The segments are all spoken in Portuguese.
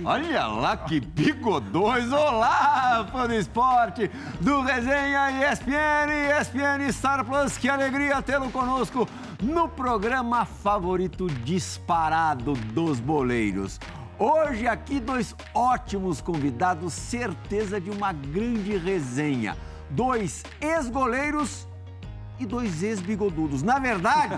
Olha lá que bigodões! Olá, fã do esporte, do Resenha ESPN Star Plus. Que alegria tê-lo conosco no programa favorito disparado dos boleiros. Hoje aqui 2 ótimos convidados, certeza de uma grande resenha. 2 ex-goleiros e 2 ex-bigodudos. Na verdade,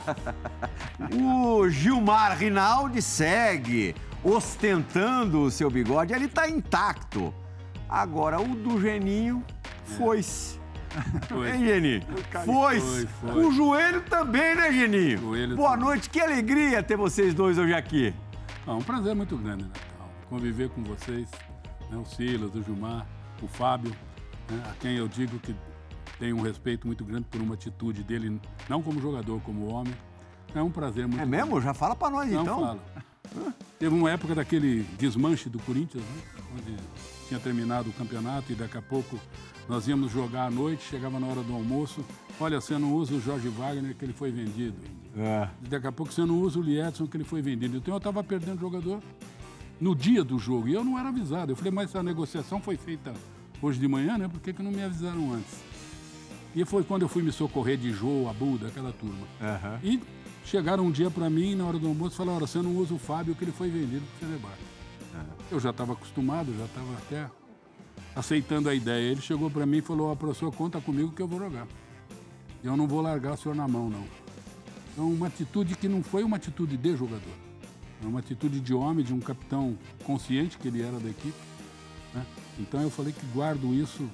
o Gilmar Rinaldi segue ostentando o seu bigode, ele está intacto. Agora, o do Geninho foi-se. Hein, Geninho? Foi-se. O joelho também, né, Geninho? Boa noite, que alegria ter vocês dois hoje aqui. Um prazer muito grande, né? Conviver com vocês, né? O Silas, o Gilmar, o Fábio, né? A quem eu digo que tenho um respeito muito grande por uma atitude dele, não como jogador, como homem. É um prazer muito grande. É mesmo? Já fala pra nós, não, então. Fala. Teve uma época daquele desmanche do Corinthians, né? Onde tinha terminado o campeonato e daqui a pouco nós íamos jogar à noite, chegava na hora do almoço. Olha, você não usa o Jorge Wagner, que ele foi vendido. Daqui a pouco você não usa o Liedson, que ele foi vendido. Então eu estava perdendo jogador no dia do jogo e eu não era avisado. Eu falei, mas a negociação foi feita hoje de manhã, né? Por que não me avisaram antes? E foi quando eu fui me socorrer de Jô, Abu, daquela turma. E chegaram um dia para mim, na hora do almoço, e falaram, olha, você não usa o Fábio, que ele foi vendido para o Fenerbahçe. Eu já estava acostumado, já estava até aceitando a ideia. Ele chegou para mim e falou, professor, conta comigo que eu vou jogar. Eu não vou largar o senhor na mão, não. Então, uma atitude que não foi uma atitude de jogador. É uma atitude de homem, de um capitão consciente que ele era da equipe. Né? Então, eu falei que guardo isso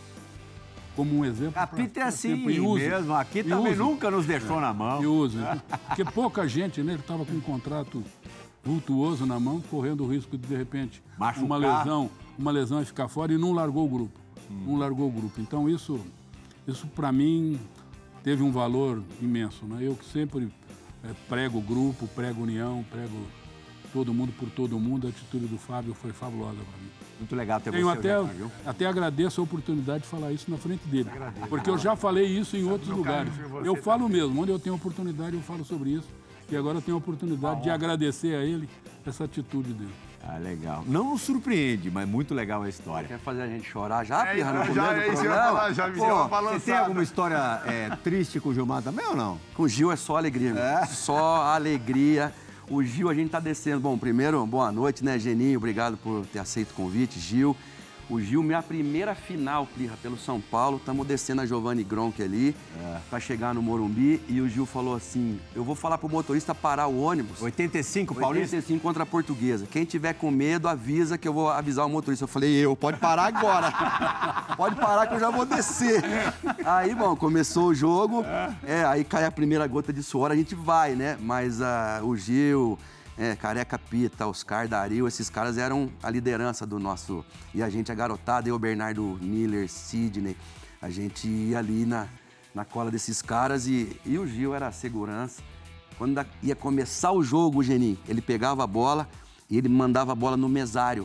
como um exemplo. Capita é assim mesmo. Aqui também nunca nos deixou na mão. E uso. Porque pouca gente, né? Ele estava com um contrato vultuoso na mão, correndo o risco de repente, machucar. uma lesão e ficar fora, e não largou o grupo. Não largou o grupo. Então, isso para mim, teve um valor imenso. Né? Eu que sempre prego grupo, prego união, prego todo mundo por todo mundo. A atitude do Fábio foi fabulosa para mim. Muito legal ter você viu? Até agradeço a oportunidade de falar isso na frente dele. Porque eu já falei isso em outros lugares. Eu falo mesmo, onde eu tenho oportunidade eu falo sobre isso. E agora eu tenho a oportunidade de agradecer a ele essa atitude dele. Ah, legal. Não nos surpreende, mas muito legal a história. Quer fazer a gente chorar já, Pirra, no já, começo do isso programa? Já Você tem alguma história triste com o Gilmar também ou não? Com o Gil é só alegria, meu. Só alegria. O Gil, a gente tá descendo. Bom, primeiro, boa noite, né, Geninho? Obrigado por ter aceito o convite, Gil. O Gil, minha primeira final, Pirra, pelo São Paulo. Estamos descendo a Giovanni Gronk ali, para chegar no Morumbi. E o Gil falou assim, eu vou falar pro motorista parar o ônibus. 85, Paulista? 85 contra a Portuguesa. Quem tiver com medo, avisa que eu vou avisar o motorista. Eu falei, pode parar agora. Pode parar que eu já vou descer. Aí, bom, começou o jogo. Aí cai a primeira gota de suor, a gente vai, né? Mas o Gil... Careca Pita, Oscar, Dario, esses caras eram a liderança do nosso... E a gente, a garotada, eu, Bernardo Miller, Sidney, a gente ia ali na cola desses caras e o Gil era a segurança. Quando ia começar o jogo, o Geninho, ele pegava a bola e ele mandava a bola no mesário.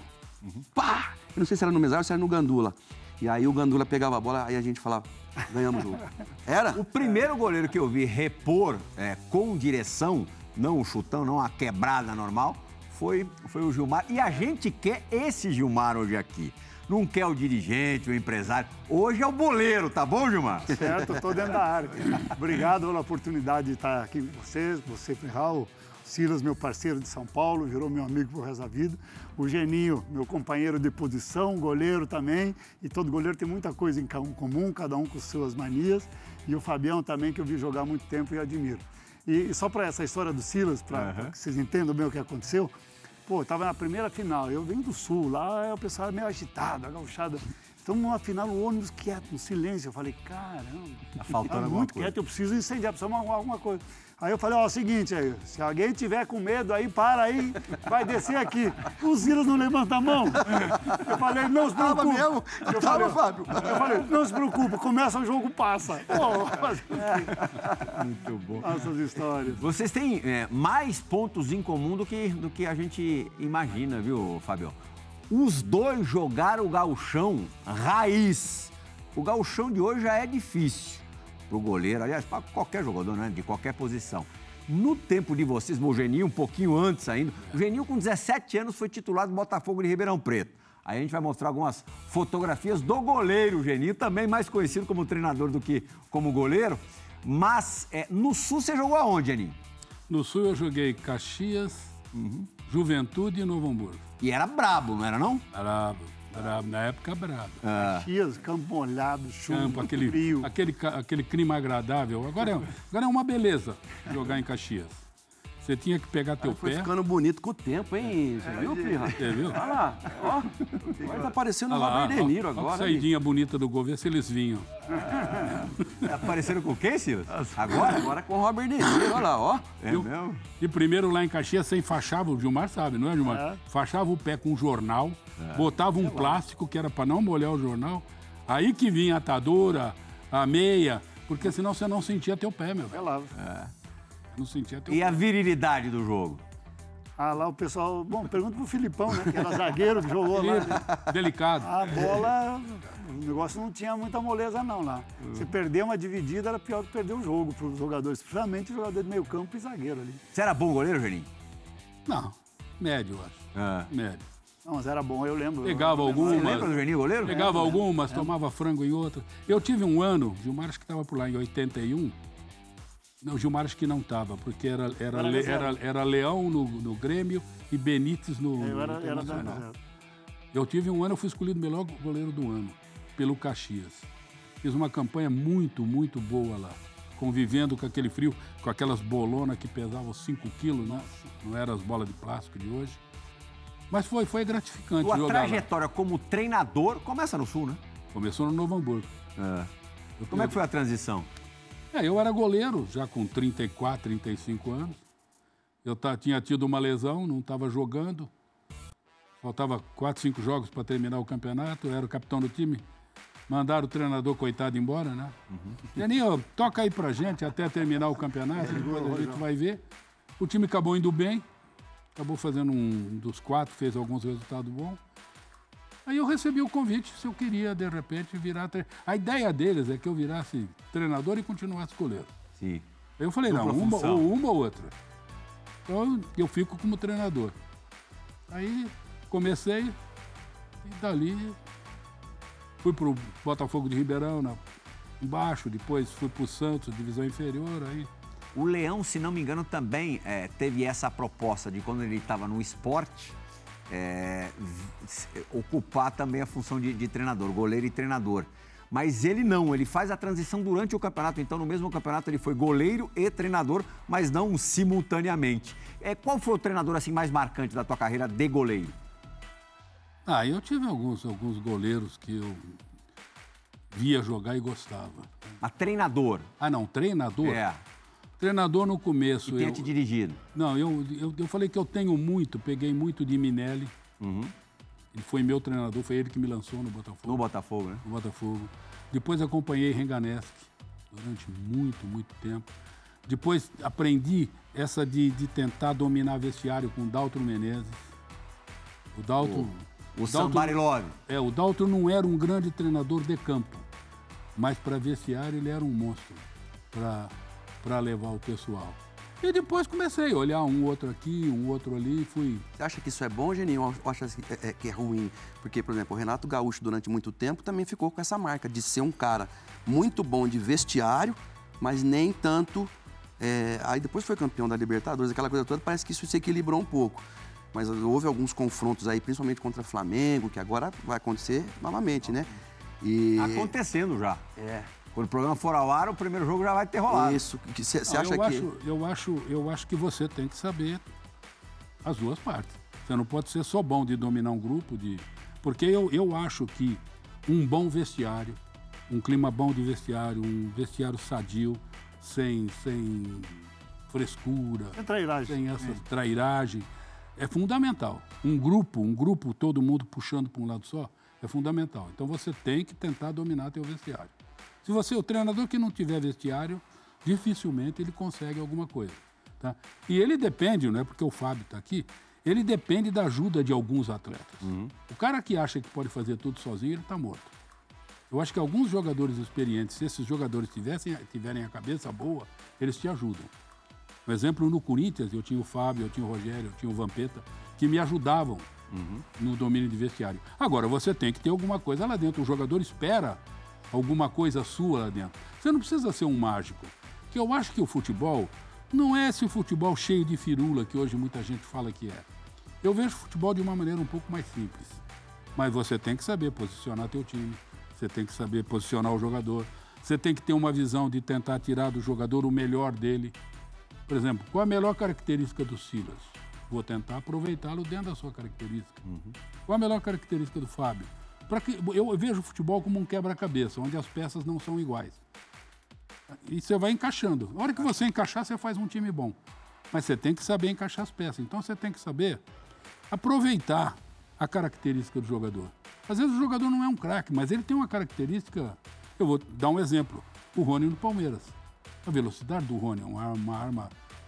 Pá! Eu não sei se era no mesário ou se era no Gandula. E aí o Gandula pegava a bola, aí a gente falava, ganhamos o jogo. Era? O primeiro goleiro que eu vi repor com direção... não um chutão, não uma quebrada normal, foi o Gilmar. E a gente quer esse Gilmar hoje aqui. Não quer o dirigente, o empresário. Hoje é o boleiro, tá bom, Gilmar? Certo, estou dentro da área. Obrigado pela oportunidade de estar aqui com vocês, você, Ferral, Silas, meu parceiro de São Paulo, virou meu amigo pro resto da vida. O Geninho, meu companheiro de posição, goleiro também. E todo goleiro tem muita coisa em comum, cada um com suas manias. E o Fabião também, que eu vi jogar há muito tempo e admiro. E só para essa história do Silas, para que vocês entendam bem o que aconteceu, eu estava na primeira final, eu venho do Sul, lá o pessoal meio agitado, agauchado. Então, numa final, o ônibus quieto, no silêncio. Eu falei, caramba, tá faltando muito quieto, eu preciso incendiar, preciso arrumar alguma coisa. Aí eu falei, seguinte aí, se alguém tiver com medo aí, para aí, vai descer aqui. O Silas não levanta a mão. Eu falei, não se preocupe. Mesmo? Eu falei, Fábio. Eu falei, não se preocupe, começa o jogo, passa. Muito bom. Essas histórias. Vocês têm mais pontos em comum do que a gente imagina, viu, Fábio? Os dois jogaram o gauchão raiz. O gauchão de hoje já é difícil pro goleiro, aliás, para qualquer jogador, né, de qualquer posição. No tempo de vocês, o Geninho um pouquinho antes ainda, o Geninho com 17 anos foi titular do Botafogo de Ribeirão Preto. Aí a gente vai mostrar algumas fotografias do goleiro Geninho, também mais conhecido como treinador do que como goleiro. Mas no Sul você jogou aonde, Geninho? No Sul eu joguei Caxias, Juventude e Novo Hamburgo. E era brabo, não era não? Brabo. Na época, brabo. Caxias, campo molhado, chuva, frio. Aquele clima agradável. Agora é uma beleza jogar em Caxias. Você tinha que pegar teu Foi pé. ficando bonito com o tempo, hein? Você viu, Pirra? Você viu? Olha lá, ó. Agora tá parecendo um Olha lá, Robert De Niro ó, agora. que saidinha bonita do gol, vê se eles vinham. Apareceram com quem, Silas? Agora? Agora com o Robert De Niro, olha lá, ó. É mesmo? E primeiro lá em Caxias, você enfaixava, o Gilmar sabe, não é, Gilmar? Faixava o pé com um jornal, botava um plástico que era para não molhar o jornal, aí que vinha a atadura, a meia, porque senão você não sentia teu pé, meu velho. Não sentia teu E pé. a virilidade do jogo? Lá o pessoal... Bom, pergunta pro Filipão, né? Que era zagueiro, que jogou lá. Delicado. A bola, o negócio não tinha muita moleza não lá. Se perder uma dividida, era pior que perder o jogo para os jogadores, principalmente o jogador de meio campo e zagueiro ali. Você era bom goleiro, Geninho? Não, médio, eu acho. Médio. Não, mas era bom, eu lembro. Pegava Você algumas. lembra do Geninho goleiro? Pegava algumas, tomava frango em outras. Eu tive um ano, Gilmar acho que estava por lá em 81. Não, Gilmar acho que não estava, porque era Leão no Grêmio e Benítez no Eu era da Internacional. reserva. Eu tive um ano, eu fui escolhido o melhor goleiro do ano, pelo Caxias. Fiz uma campanha muito, muito boa lá. Convivendo com aquele frio, com aquelas bolonas que pesavam 5 quilos, né? Não eram as bolas de plástico de hoje. Mas foi gratificante Sua jogar lá. trajetória como treinador começa no Sul, né? Começou no Novo Hamburgo. Como é que foi a transição? Eu era goleiro, já com 34, 35 anos. Eu tinha tido uma lesão, não estava jogando. Faltava 4, 5 jogos para terminar o campeonato. Eu era o capitão do time. Mandaram o treinador, coitado, embora, né? Geninho, toca aí pra gente até terminar o campeonato, depois a gente vai ver. O time acabou indo bem. Acabou fazendo um dos 4, fez alguns resultados bons. Aí eu recebi o convite se eu queria, de repente, virar treinador. A ideia deles é que eu virasse treinador e continuasse goleiro. Sim. Aí eu falei, não, uma ou outra. Então eu fico como treinador. Aí comecei e dali fui pro Botafogo de Ribeirão, embaixo, depois fui pro Santos, divisão inferior, aí... O Leão, se não me engano, também teve essa proposta de quando ele estava no esporte, ocupar também a função de treinador, goleiro e treinador. Mas ele não, ele faz a transição durante o campeonato. Então, no mesmo campeonato, ele foi goleiro e treinador, mas não simultaneamente. Qual foi o treinador assim mais marcante da tua carreira de goleiro? Eu tive alguns goleiros que eu via jogar e gostava. A treinador? Não, treinador? Treinador no começo. E tenha te dirigido? Não, eu falei que eu tenho muito, peguei muito de Minelli. Ele foi meu treinador, foi ele que me lançou no Botafogo. No Botafogo, né? No Botafogo. Depois acompanhei Renganeschi durante muito, muito tempo. Depois aprendi essa de tentar dominar vestiário com o Daltro Menezes. O Daltro... O Somebody Love. O Daltro não era um grande treinador de campo, mas para vestiário ele era um monstro para levar o pessoal. E depois comecei a olhar um outro aqui, um outro ali, fui... Você acha que isso é bom, Geninho, ou acha que é ruim? Porque, por exemplo, o Renato Gaúcho, durante muito tempo, também ficou com essa marca de ser um cara muito bom de vestiário, mas nem tanto... Aí depois foi campeão da Libertadores, aquela coisa toda, parece que isso se equilibrou um pouco. Mas houve alguns confrontos aí, principalmente contra o Flamengo, que agora vai acontecer novamente, né? Acontecendo já. Quando o programa for ao ar, o primeiro jogo já vai ter rolado. Isso. Você acha que... Eu acho que você tem que saber as duas partes. Você não pode ser só bom de dominar um grupo, porque eu acho que um bom vestiário, um clima bom de vestiário, um vestiário sadio, sem frescura, sem essa trairagem, é fundamental. Um grupo, todo mundo puxando para um lado só, é fundamental. Então você tem que tentar dominar teu vestiário. Se o treinador que não tiver vestiário, dificilmente ele consegue alguma coisa. Tá? E ele depende, não é porque o Fábio está aqui, ele depende da ajuda de alguns atletas. O cara que acha que pode fazer tudo sozinho, ele está morto. Eu acho que alguns jogadores experientes, se esses jogadores tiverem a cabeça boa, eles te ajudam. Um exemplo, no Corinthians, eu tinha o Fábio, eu tinha o Rogério, eu tinha o Vampeta, que me ajudavam no domínio de vestiário. Agora, você tem que ter alguma coisa lá dentro. O jogador espera alguma coisa sua lá dentro. Você não precisa ser um mágico. Porque eu acho que o futebol não é esse futebol cheio de firula que hoje muita gente fala que é. Eu vejo futebol de uma maneira um pouco mais simples. Mas você tem que saber posicionar teu time. Você tem que saber posicionar o jogador. Você tem que ter uma visão de tentar tirar do jogador o melhor dele. Por exemplo, qual a melhor característica do Silas? Vou tentar aproveitá-lo dentro da sua característica. Qual a melhor característica do Fábio? Eu vejo o futebol como um quebra-cabeça, onde as peças não são iguais. E você vai encaixando. Na hora que você encaixar, você faz um time bom. Mas você tem que saber encaixar as peças. Então você tem que saber aproveitar a característica do jogador. Às vezes o jogador não é um craque, mas ele tem uma característica... Eu vou dar um exemplo. O Rony no Palmeiras. A velocidade do Rony é uma arma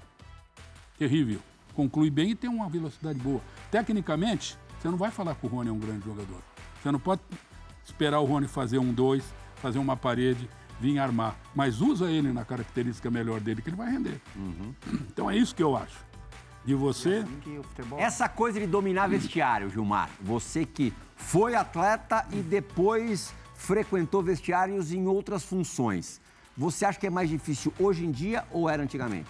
terrível. Conclui bem e tem uma velocidade boa. Tecnicamente, você não vai falar que o Rony é um grande jogador. Você não pode esperar o Rony fazer 1-2, fazer uma parede, vir armar. Mas usa ele na característica melhor dele que ele vai render. Então é isso que eu acho. De você... Essa coisa de dominar vestiário, Gilmar. Você que foi atleta e depois frequentou vestiários em outras funções. Você acha que é mais difícil hoje em dia ou era antigamente?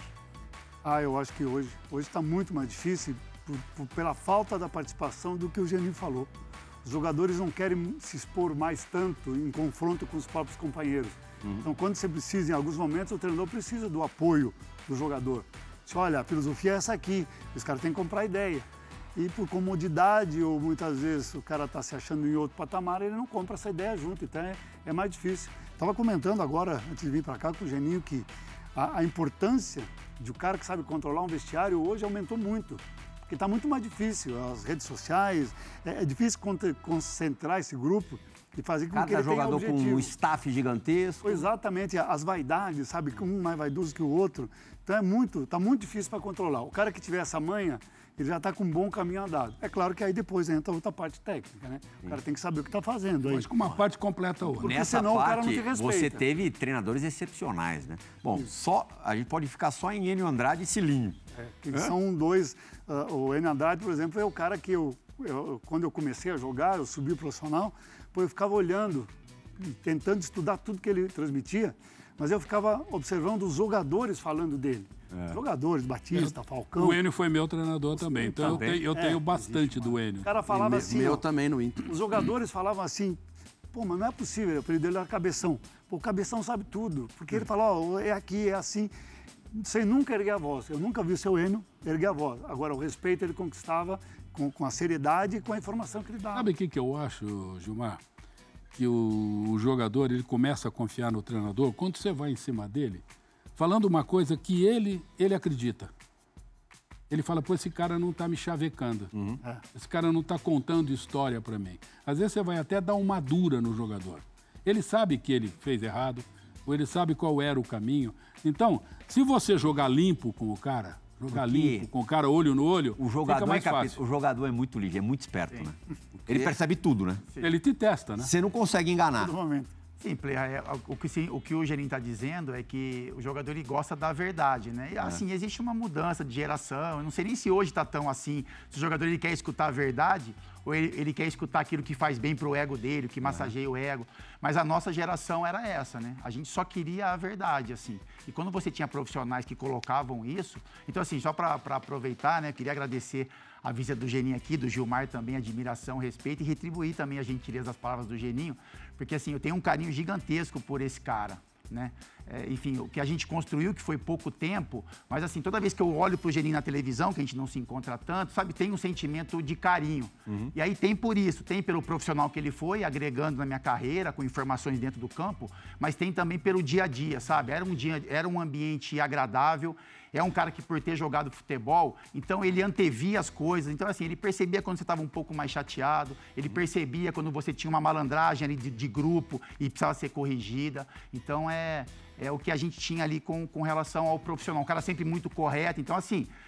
Eu acho que hoje está muito mais difícil pela falta da participação do que o Geninho falou. Os jogadores não querem se expor mais tanto em confronto com os próprios companheiros. Então, quando você precisa, em alguns momentos, o treinador precisa do apoio do jogador. Diz, olha, a filosofia é essa aqui, os caras têm que comprar ideia. E por comodidade, ou muitas vezes o cara está se achando em outro patamar, ele não compra essa ideia junto, então é mais difícil. Estava comentando agora, antes de vir para cá, com o Geninho, que a importância de um cara que sabe controlar um vestiário hoje aumentou muito. Porque está muito mais difícil, as redes sociais, é difícil concentrar esse grupo e fazer com que ele tenha jogador objetivo. Com um staff gigantesco. Exatamente, as vaidades, sabe, um mais vaidoso que o outro. Então está muito difícil para controlar. O cara que tiver essa manha, ele já está com um bom caminho andado. É claro que aí depois entra outra parte técnica, né? O cara tem que saber o que está fazendo. Acho que uma parte completa a outra. Porque Nessa senão parte, o cara não te respeita. você teve treinadores excepcionais, né? Bom, a gente pode ficar só em Enio Andrade e Cilinho. Que são dois... o Enio Andrade, por exemplo, é o cara que quando eu comecei a jogar, eu subi o profissional, eu ficava olhando, tentando estudar tudo que ele transmitia, mas eu ficava observando os jogadores falando dele. Jogadores, Batista, Falcão. O Enio foi meu treinador também, então eu tenho bastante do Enio. O cara falava assim... Meu também no Inter. Os jogadores falavam assim, pô, mas não é possível, o apelido dele era Cabeção. Pô, o Cabeção sabe tudo, porque ele fala, é aqui, é assim... Sem nunca erguer a voz. Eu nunca vi o seu Enio erguer a voz. Agora, o respeito ele conquistava com a seriedade e com a informação que ele dava. Sabe o que eu acho, Gilmar? Que o jogador ele começa a confiar no treinador quando você vai em cima dele, falando uma coisa que ele acredita. Ele fala, pô, esse cara não está me chavecando. Esse cara não está contando história para mim. Às vezes você vai até dar uma dura no jogador. Ele sabe que ele fez errado, ou ele sabe qual era o caminho. Então, se você jogar limpo com o cara, limpo com o cara olho no olho, fica mais fácil. O jogador é muito ligeiro, é muito esperto, né? Ele percebe tudo, né? Ele te testa, né? Você não consegue enganar. Todo momento. Sim, o que o Geninho está dizendo é que o jogador ele gosta da verdade, né? E assim, existe uma mudança de geração. Eu não sei nem se hoje está tão assim. Se o jogador ele quer escutar a verdade ou ele quer escutar aquilo que faz bem pro ego dele, que massageia o ego. Mas a nossa geração era essa, né? A gente só queria a verdade, assim. E quando você tinha profissionais que colocavam isso... Então, assim, só para aproveitar, né? Queria agradecer a visita do Geninho aqui, do Gilmar também, admiração, respeito e retribuir também a gentileza das palavras do Geninho, porque assim, eu tenho um carinho gigantesco por esse cara, né? Enfim, o que a gente construiu, que foi pouco tempo, mas assim, toda vez que eu olho pro Geninho na televisão, que a gente não se encontra tanto, sabe, tem um sentimento de carinho. E aí tem por isso, tem pelo profissional que ele foi, agregando na minha carreira, com informações dentro do campo, mas tem também pelo dia a dia, sabe? Era um ambiente agradável. É um cara que, por ter jogado futebol, então ele antevia as coisas. Então, assim, ele percebia quando você estava um pouco mais chateado, ele percebia quando você tinha uma malandragem ali de grupo e precisava ser corrigida. Então, é o que a gente tinha ali com relação ao profissional. Um cara sempre muito correto. Então, assim,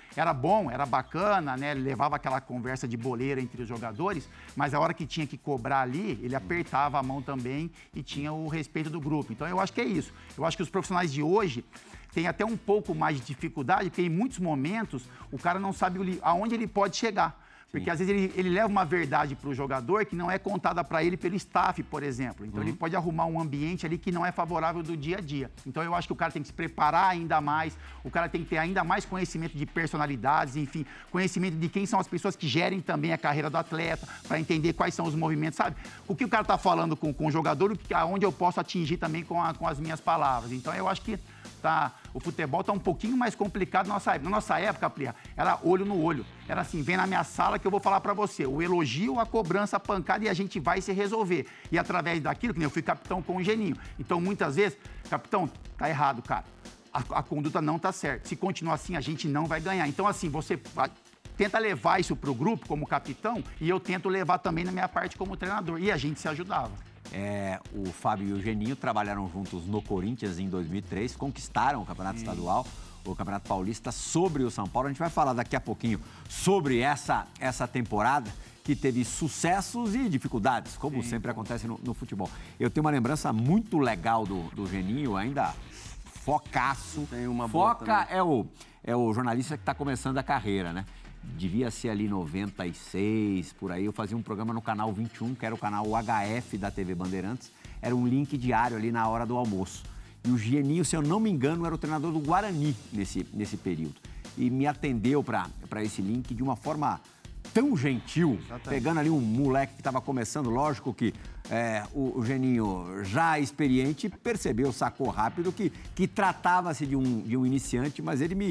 era bom, era bacana, né? Ele levava aquela conversa de boleira entre os jogadores, mas a hora que tinha que cobrar ali, ele apertava a mão também e tinha o respeito do grupo. Então, eu acho que é isso. Eu acho que os profissionais de hoje têm até um pouco mais de dificuldade, porque em muitos momentos o cara não sabe aonde ele pode chegar. Porque às vezes ele leva uma verdade para o jogador que não é contada para ele pelo staff, por exemplo. Então ele pode arrumar um ambiente ali que não é favorável do dia a dia. Então eu acho que o cara tem que se preparar ainda mais, o cara tem que ter ainda mais conhecimento de personalidades, enfim, conhecimento de quem são as pessoas que gerem também a carreira do atleta, para entender quais são os movimentos, sabe? O que o cara está falando com o jogador, aonde eu posso atingir também com as minhas palavras. Então eu acho que o futebol está um pouquinho mais complicado na nossa época. Na nossa época, Plia, era olho no olho. Era assim, vem na minha sala que eu vou falar para você. O elogio, a cobrança, a pancada e a gente vai se resolver. E através daquilo, que nem eu fui capitão com o Geninho. Então, muitas vezes, capitão, tá errado, cara. A conduta não tá certa. Se continuar assim, a gente não vai ganhar. Então, assim, você tenta levar isso pro grupo como capitão e eu tento levar também na minha parte como treinador. E a gente se ajudava. O Fábio e o Geninho trabalharam juntos no Corinthians em 2003, conquistaram o Campeonato Estadual, o Campeonato Paulista sobre o São Paulo. A gente vai falar daqui a pouquinho sobre essa temporada que teve sucessos e dificuldades, como sempre acontece no futebol. Eu tenho uma lembrança muito legal do Geninho, ainda focaço. Tem uma boa Foca é o jornalista que está começando a carreira, né? Devia ser ali 96, por aí. Eu fazia um programa no Canal 21, que era o canal HF da TV Bandeirantes. Era um link diário ali na hora do almoço. E o Geninho, se eu não me engano, era o treinador do Guarani nesse período. E me atendeu para esse link de uma forma tão gentil, pegando ali um moleque que estava começando. Lógico que o Geninho, já experiente, percebeu, sacou rápido que tratava-se de um iniciante, mas ele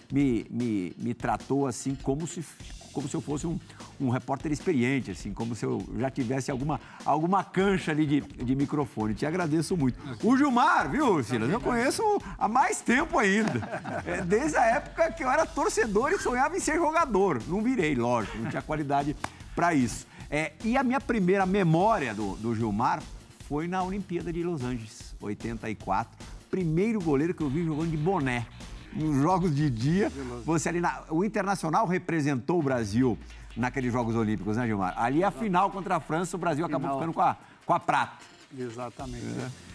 me tratou assim como se eu fosse um repórter experiente, assim, como se eu já tivesse alguma cancha ali de microfone. Te agradeço muito. O Gilmar, viu, Silas? Eu conheço há mais tempo ainda. Desde a época que eu era torcedor e sonhava em ser jogador. Não virei, lógico, não tinha qualidade para isso. E a minha primeira memória do Gilmar foi na Olimpíada de Los Angeles, 84. Primeiro goleiro que eu vi jogando de boné. Nos jogos de dia, você ali o Internacional representou o Brasil naqueles Jogos Olímpicos, né, Gilmar? Ali a final contra a França, o Brasil acabou ficando com a prata. Exatamente.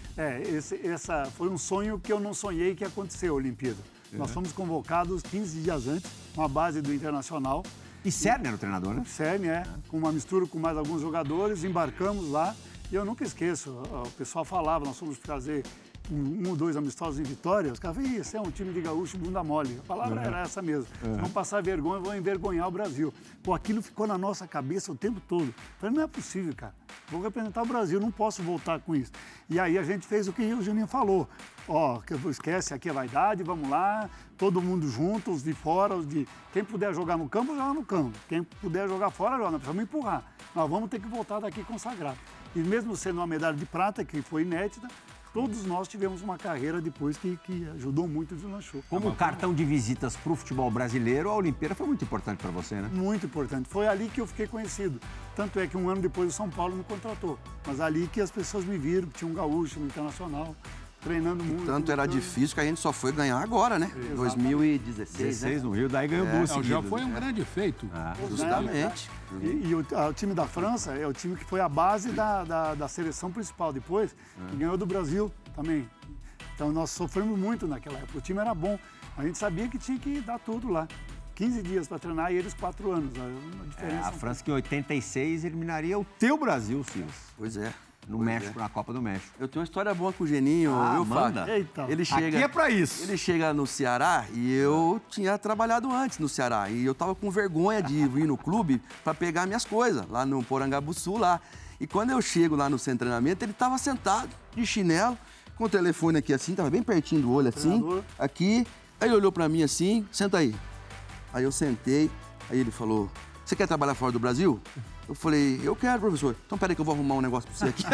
Essa foi um sonho que eu não sonhei que aconteceu, a Olimpíada. Nós fomos convocados 15 dias antes, com a base do Internacional. E Cerne era o treinador, né? Cerne, com uma mistura com mais alguns jogadores, embarcamos lá. E eu nunca esqueço, o pessoal falava, nós fomos fazer um ou dois amistosos em Vitória, os caras falavam, esse é um time de gaúcho bunda mole. A palavra era essa mesmo. Vão passar vergonha, vão envergonhar o Brasil. Pô, aquilo ficou na nossa cabeça o tempo todo. Eu falei, não é possível, cara. Vou representar o Brasil, não posso voltar com isso. E aí a gente fez o que o Juninho falou. Esquece, aqui é vaidade, vamos lá, todo mundo junto, os de fora, quem puder jogar no campo, joga no campo. Quem puder jogar fora, joga. Nós precisamos empurrar. Nós vamos ter que voltar daqui consagrado. E mesmo sendo uma medalha de prata, que foi inédita, todos nós tivemos uma carreira depois que ajudou muito e deslanchou. Como cartão de visitas para o futebol brasileiro, a Olimpíada foi muito importante para você, né? Muito importante. Foi ali que eu fiquei conhecido. Tanto é que um ano depois o São Paulo me contratou. Mas ali que as pessoas me viram, que tinha um gaúcho no Internacional, treinando muito. Tanto era difícil que a gente só foi ganhar agora, né? Exatamente. 2016, 16 no Rio, daí ganhou duas seguidas. Já foi um grande feito. Justamente. E o time da França é o time que foi a base da seleção principal depois, que ganhou do Brasil também. Então nós sofremos muito naquela época. O time era bom. A gente sabia que tinha que dar tudo lá. 15 dias para treinar e eles 4 anos. A França que em 86 eliminaria o teu Brasil, Silas. Pois é. No México, na Copa do México. Eu tenho uma história boa com o Geninho, viu, manda. Fábio? Eita. Aqui é pra isso. Ele chega no Ceará e eu tinha trabalhado antes no Ceará. E eu tava com vergonha de ir no clube para pegar minhas coisas, lá no Porangabuçu, lá. E quando eu chego lá no centro de treinamento, ele tava sentado, de chinelo, com o telefone aqui assim, tava bem pertinho do olho assim, aqui. Aí ele olhou para mim assim, senta aí. Aí eu sentei, aí ele falou, você quer trabalhar fora do Brasil? Eu falei, eu quero, professor. Então, peraí que eu vou arrumar um negócio pra você aqui.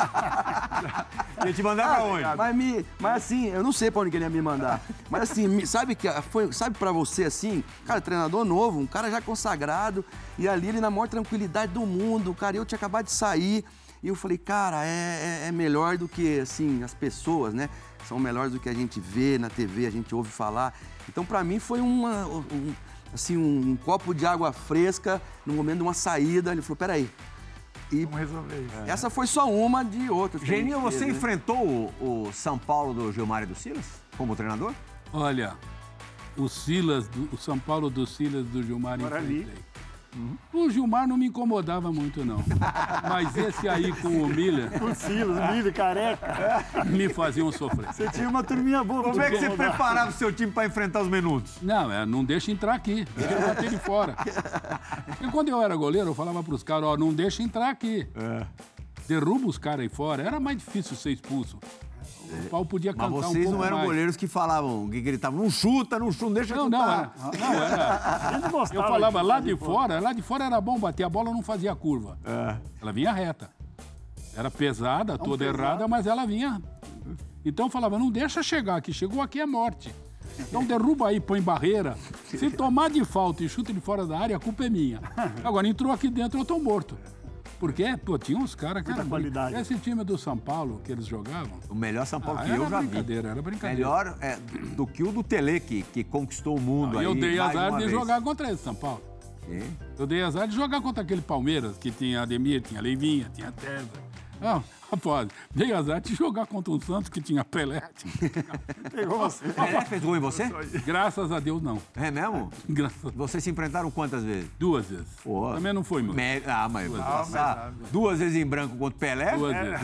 Ia te mandar pra onde? Mas assim, eu não sei pra onde que ele ia me mandar. Mas assim, sabe pra você assim, cara, treinador novo, um cara já consagrado, e ali ele na maior tranquilidade do mundo, cara, eu tinha acabado de sair, e eu falei, cara, é melhor do que, assim, as pessoas, né? São melhores do que a gente vê na TV, a gente ouve falar. Então, pra mim, foi assim, um copo de água fresca no momento de uma saída. Ele falou, peraí. E Vamos resolver isso. essa foi só uma de outras. que a gente Geninho, você fez, né? enfrentou o São Paulo do Gilmar e do Silas como treinador? Olha, o São Paulo do Silas, do Gilmar, Guarani. enfrentei. O Gilmar não me incomodava muito, não. Mas esse aí com o Miller O Silas, o Miller, careca. me faziam sofrer. Você tinha uma turminha boa. pra Como é que te você incomodar. preparava o seu time para enfrentar os menudos? Não, não deixa entrar aqui, deixa eu bater ele fora. E quando eu era goleiro, eu falava pros caras, ó, não deixa entrar aqui. Derruba os caras aí fora. Era mais difícil ser expulso. O pau podia Mas cantar um vocês pouco não eram mais. goleiros que falavam, que gritavam, não chuta, não deixa Não, chutar. era. A gente gostava Eu falava de lá fazer de fora era bom bater, a bola não fazia curva. Ela vinha reta. Era pesada, toda errada, mas ela vinha. Então eu falava, não deixa chegar aqui, chegou aqui é morte. Então derruba aí, põe barreira. Se tomar de falta e chuta de fora da área, a culpa é minha. Agora entrou aqui dentro, eu tô morto. Porque, pô, tinha uns caras que Muita eram... qualidade. Esse time do São Paulo que eles jogavam, O melhor São Paulo que era eu já vi. brincadeira, era brincadeira. Melhor do que o do Tele, que conquistou o mundo aí. Eu dei mais azar uma de vez. jogar contra esse São Paulo. Sim. Eu dei azar de jogar contra aquele Palmeiras, que tinha Ademir, tinha Leivinha, tinha Tesa. Não, rapaz, dei azar de jogar contra um Santos que tinha Pelé. Pegou você. Pelé fez gol em você? Graças a Deus, não. É mesmo? Graças a... Vocês se enfrentaram quantas vezes? 2 vezes. Pô. Também não foi muito. Mas passar 2 vezes em branco contra o Pelé? 2 vezes.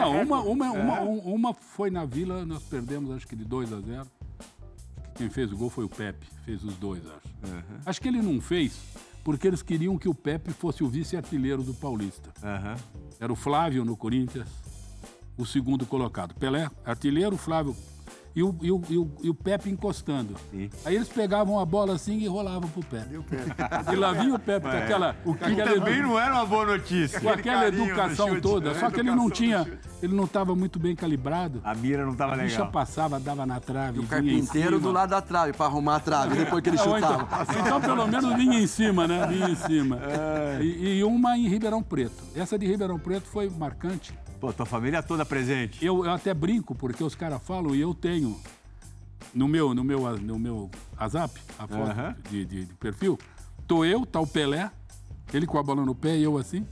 Não, uma foi na Vila, nós perdemos acho que de 2-0. Quem fez o gol foi o Pepe, fez os 2, acho. Acho que ele não fez porque eles queriam que o Pepe fosse o vice-artilheiro do Paulista. Aham. Era o Flávio no Corinthians, o segundo colocado. Pelé, artilheiro, Flávio e o Pepe encostando. Sim. Aí eles pegavam a bola assim e rolavam pro Pepe. E lá vinha o Pepe com aquela... O que também não era uma boa notícia. Com aquela carinho no educação chute, toda, né? só que ele não tinha, ele não estava muito bem calibrado. A mira não tava A bicha legal. passava, dava na trave, O vinha em carpinteiro cima. do lado da trave, pra arrumar a trave, depois que ele Não, chutava. então pelo menos vinha em cima, né? Vinha em cima. E uma em Ribeirão Preto. Essa de Ribeirão Preto foi marcante. Pô, tua família toda presente. Eu até brinco, porque os caras falam, e eu tenho no meu WhatsApp, a foto Aham. de perfil, tô eu, tá o Pelé, ele com a bola no pé e eu assim.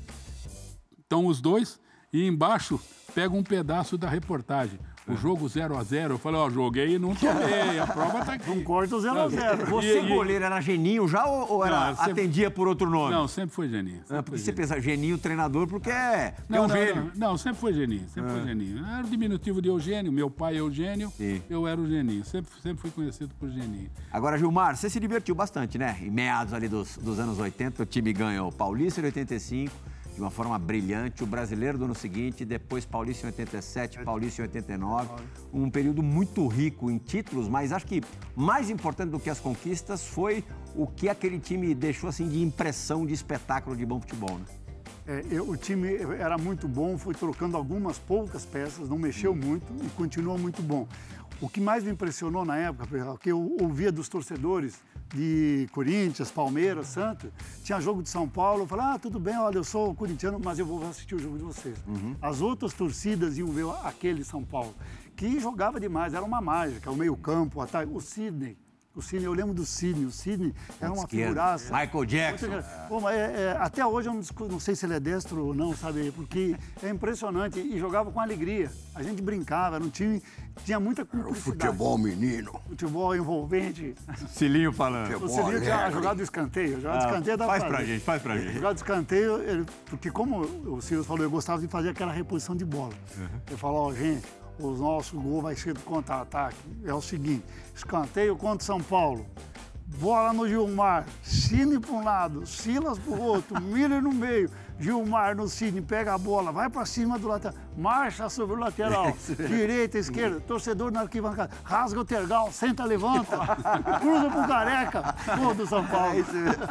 Estão os dois, e embaixo pega um pedaço da reportagem. O jogo 0-0, eu falei, ó, joguei e não tomei, a prova tá aqui. Não corta o 0x0. Você, goleiro, era Geninho já ou era, Não, sempre- atendia por outro nome? Não, sempre foi Geninho. Ah, sempre porque foi você Geninho. pensa, Geninho treinador, porque é um gênio. Não, sempre foi Geninho, sempre foi Geninho. Era o diminutivo de Eugênio, meu pai é Eugênio, Sim. eu era o Geninho. Sempre fui conhecido por Geninho. Agora, Gilmar, você se divertiu bastante, né? Em meados ali dos anos 80, o time ganhou o Paulista em 85, de uma forma brilhante, o Brasileiro do ano seguinte, depois Paulista em 87, Paulista em 89. Um período muito rico em títulos, mas acho que mais importante do que as conquistas foi o que aquele time deixou assim de impressão, de espetáculo de bom futebol, né? O time era muito bom, foi trocando algumas poucas peças, não mexeu muito e continua muito bom. O que mais me impressionou na época, que eu ouvia dos torcedores de Corinthians, Palmeiras, Santos, tinha jogo de São Paulo, eu falava, tudo bem, olha, eu sou corintiano, mas eu vou assistir o jogo de vocês. As outras torcidas iam ver aquele São Paulo, que jogava demais, era uma mágica, o meio-campo, o ataque, o Sidney, eu lembro do Sidney, o Sidney era uma Esquerda. figuraça. Michael Jackson. Pô, mas até hoje eu não sei se ele é destro ou não, sabe? Porque é impressionante e jogava com alegria. A gente brincava, era um time que tinha muita cumplicidade. Menino. Futebol envolvente. Cilinho falando. O Cilinho tinha jogado do escanteio. Jogado de escanteio dava Faz pra pra ver. gente, faz pra gente. Jogado de escanteio, porque como o Silas falou, eu gostava de fazer aquela reposição de bola. Ele falou, ó, gente, o nosso gol vai ser do contra-ataque. É o seguinte, escanteio contra São Paulo. Bola no Gilmar, Cine para um lado, Silas para o outro, Miller no meio, Gilmar no Cine, pega a bola, vai para cima do lateral, marcha sobre o lateral, direita, esquerda, torcedor na arquibancada, rasga o tergal, senta, levanta, cruza pro Careca, gol do São Paulo.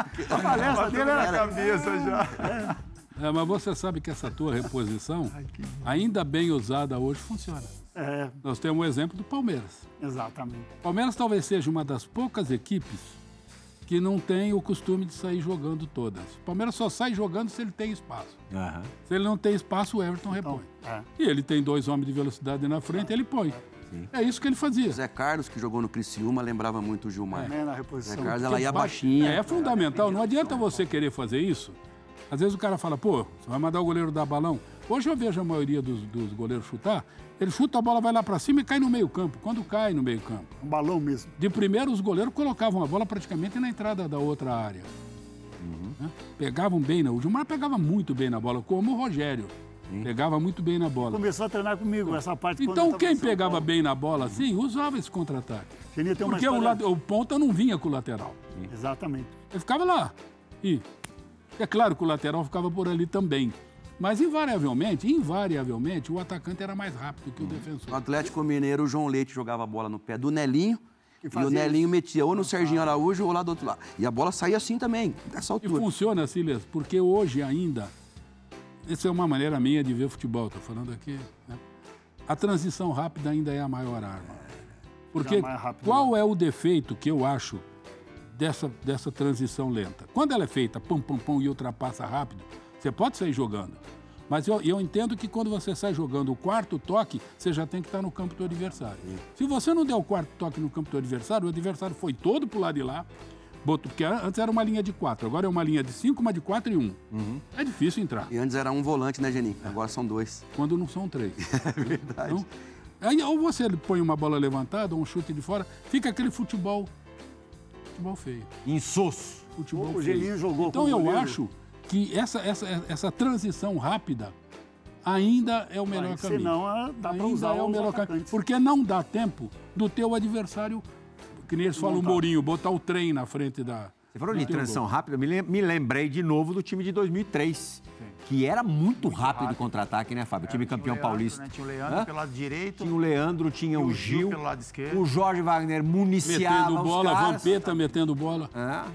A palestra dele era a cabeça já. Mas você sabe que essa tua reposição, ainda bem usada hoje, funciona. É, Nós temos um exemplo do Palmeiras. exatamente. O Palmeiras talvez seja uma das poucas equipes que não tem o costume de sair jogando todas. O Palmeiras só sai jogando se ele tem espaço. Aham. Se ele não tem espaço, o Everton repõe. É. E ele tem 2 homens de velocidade na frente, ele põe. É isso que ele fazia. O Zé Carlos, que jogou no Criciúma, lembrava muito o Gilmar. Na Zé reposição. Carlos, ela ia baixinha. É fundamental. Não adianta você querer fazer isso. Às vezes o cara fala, pô, você vai mandar o goleiro dar balão. Hoje eu vejo a maioria dos goleiros chutar, ele chuta, a bola vai lá pra cima e cai no meio campo. Quando cai no meio campo. Um balão mesmo. De primeiro, os goleiros colocavam a bola praticamente na entrada da outra área. Né? Pegavam bem, o Gilmar pegava muito bem na bola, como o Rogério. Pegava muito bem na bola. Começou a treinar comigo essa parte. Então, quem pegava bem na bola assim, usava esse contra-ataque. Porque o ponta não vinha com o lateral. Exatamente. Ele ficava lá. E é claro que o lateral ficava por ali também. Mas, invariavelmente, o atacante era mais rápido que o defensor. No Atlético Mineiro, o João Leite jogava a bola no pé do Nelinho. E o Nelinho metia ou no Serginho Araújo ou lá do outro lado. E a bola saía assim também, dessa altura. E funciona, Silas, porque hoje ainda... Essa é uma maneira minha de ver futebol, estou falando aqui. Né? A transição rápida ainda é a maior arma. Porque qual é o defeito que eu acho dessa transição lenta? Quando ela é feita, pum, pum, pum, e ultrapassa rápido, você pode sair jogando. Mas eu entendo que quando você sai jogando o quarto toque, você já tem que estar no campo do adversário. Se você não der o quarto toque no campo do adversário, o adversário foi todo pro lado de lá, porque antes era uma linha de 4, agora é uma linha de 5, uma de 4 e 1. É difícil entrar. E antes era um volante, né, Geninho? Agora são 2. Quando não são 3. É verdade. Então, aí, ou você põe uma bola levantada, ou um chute de fora, fica aquele futebol feio. Insosso. Futebol O feio. Geninho jogou Então com eu goleiro. acho que essa transição rápida ainda é o melhor caminho. Senão dá para usar é o melhor caminho. Porque não dá tempo do teu adversário, que nem eles falam o Mourinho, botar o trem na frente da... Você falou de transição rápida, me lembrei de novo do time de 2003, que era muito rápido o contra-ataque, né, Fábio? O time campeão Leandro, paulista. Né? Tinha o Leandro pelo lado direito. Tinha o Leandro, tinha o Gil, pelo lado esquerdo. o Jorge Wagner municiava metendo bola, os caras. Vampeta metendo bola.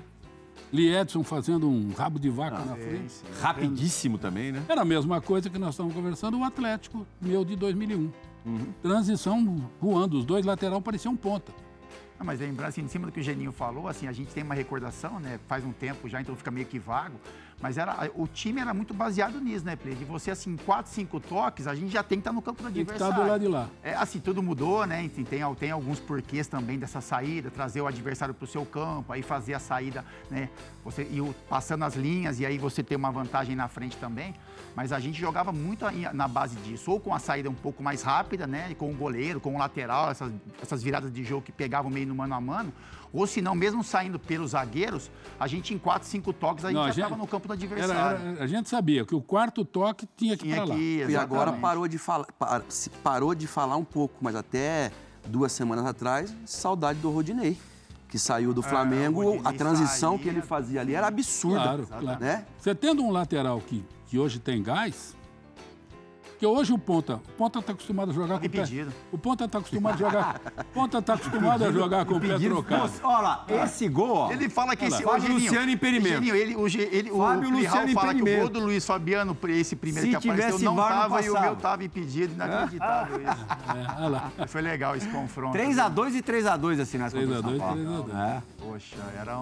Lee Edson fazendo um rabo de vaca na frente. Rapidíssimo também, né? Era a mesma coisa que nós estamos conversando, o Atlético, meu de 2001. Transição voando, os dois lateral pareciam ponta. Não, mas lembrar, assim, em cima do que o Geninho falou, assim, a gente tem uma recordação, né? Faz um tempo já, então fica meio que vago. Mas o time era muito baseado nisso, né, Play? De você, assim, 4, 5 toques, a gente já tem que estar no campo do adversário. Tem que estar do lado de lá. Assim, tudo mudou, né? Tem alguns porquês também dessa saída, trazer o adversário para o seu campo, aí fazer a saída, né? Você ir passando as linhas e aí você ter uma vantagem na frente também. Mas a gente jogava muito na base disso, ou com a saída um pouco mais rápida, né? E com o goleiro, com o lateral, essas viradas de jogo que pegavam meio no mano a mano. Ou se não, mesmo saindo pelos zagueiros, a gente em 4, 5 toques, a gente já estava no campo do adversário. A gente sabia que o quarto toque tinha que ir para lá. E agora parou de falar um pouco, mas até 2 semanas atrás, saudade do Rodinei, que saiu do Flamengo. A transição que ele fazia ali era absurda. Claro. Né? Você tendo um lateral que hoje tem gás, que hoje o ponta está acostumado a jogar com o pé. O ponta está acostumado a jogar. Ponta está acostumado a jogar com o pé trocado. Olha lá, esse gol, ó. Ele fala que esse Fábio Luciano Impedimento. Fábio Luciano fala que o gol do Luiz Fabiano, esse primeiro que apareceu, não estava e o meu estava impedido. Inacreditável isso. Olha lá. Foi legal esse confronto. 3x2 e 3x2 assim nas 3x2 e 3x2. Poxa, era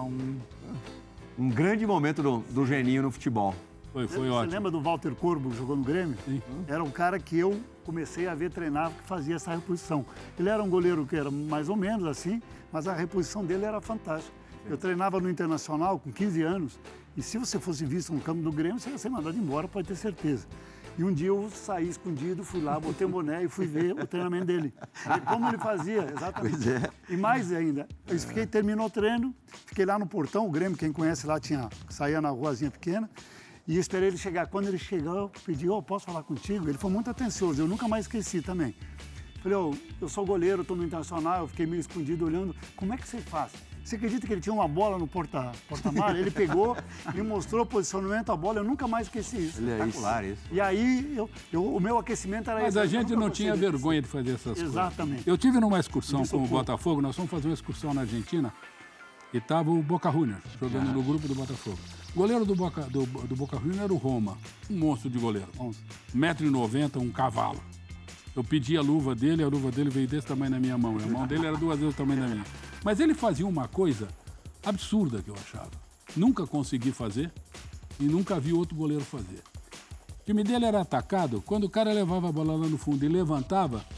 um grande momento do Geninho no futebol. Foi Você ótimo. lembra do Walter Corbo, que jogou no Grêmio? Sim. Era um cara que eu comecei a ver treinar, que fazia essa reposição. Ele era um goleiro que era mais ou menos assim, mas a reposição dele era fantástica. Eu treinava no Internacional com 15 anos, e se você fosse visto no campo do Grêmio, você ia ser mandado embora, pode ter certeza. E um dia eu saí escondido, fui lá, botei um boné e fui ver o treinamento dele. E como ele fazia, exatamente. Pois é. E mais ainda, terminou o treino, fiquei lá no portão, o Grêmio, quem conhece lá, saía na ruazinha pequena, e esperei ele chegar. Quando ele chegou, eu pedi, posso falar contigo? Ele foi muito atencioso, eu nunca mais esqueci também. Falei, eu sou goleiro, estou no Internacional, eu fiquei meio escondido olhando. Como é que você faz? Você acredita que ele tinha uma bola no porta-mar? Ele pegou, me mostrou o posicionamento da bola, eu nunca mais esqueci isso. Espetacular isso. E aí, o meu aquecimento era Mas esse. a gente não tinha vergonha de fazer essas coisas. Exatamente. Eu tive numa excursão com o Botafogo, nós fomos fazer uma excursão na Argentina, e estava o Boca Juniors, jogando no grupo do Botafogo. O goleiro do Boca Juniors era o Roma, um monstro de goleiro. 1,90 m, um cavalo. Eu pedi a luva dele veio desse tamanho na minha mão. A mão dele era 2 vezes o tamanho da minha. Mas ele fazia uma coisa absurda que eu achava. Nunca consegui fazer e nunca vi outro goleiro fazer. O time dele era atacado, quando o cara levava a bola lá no fundo e levantava,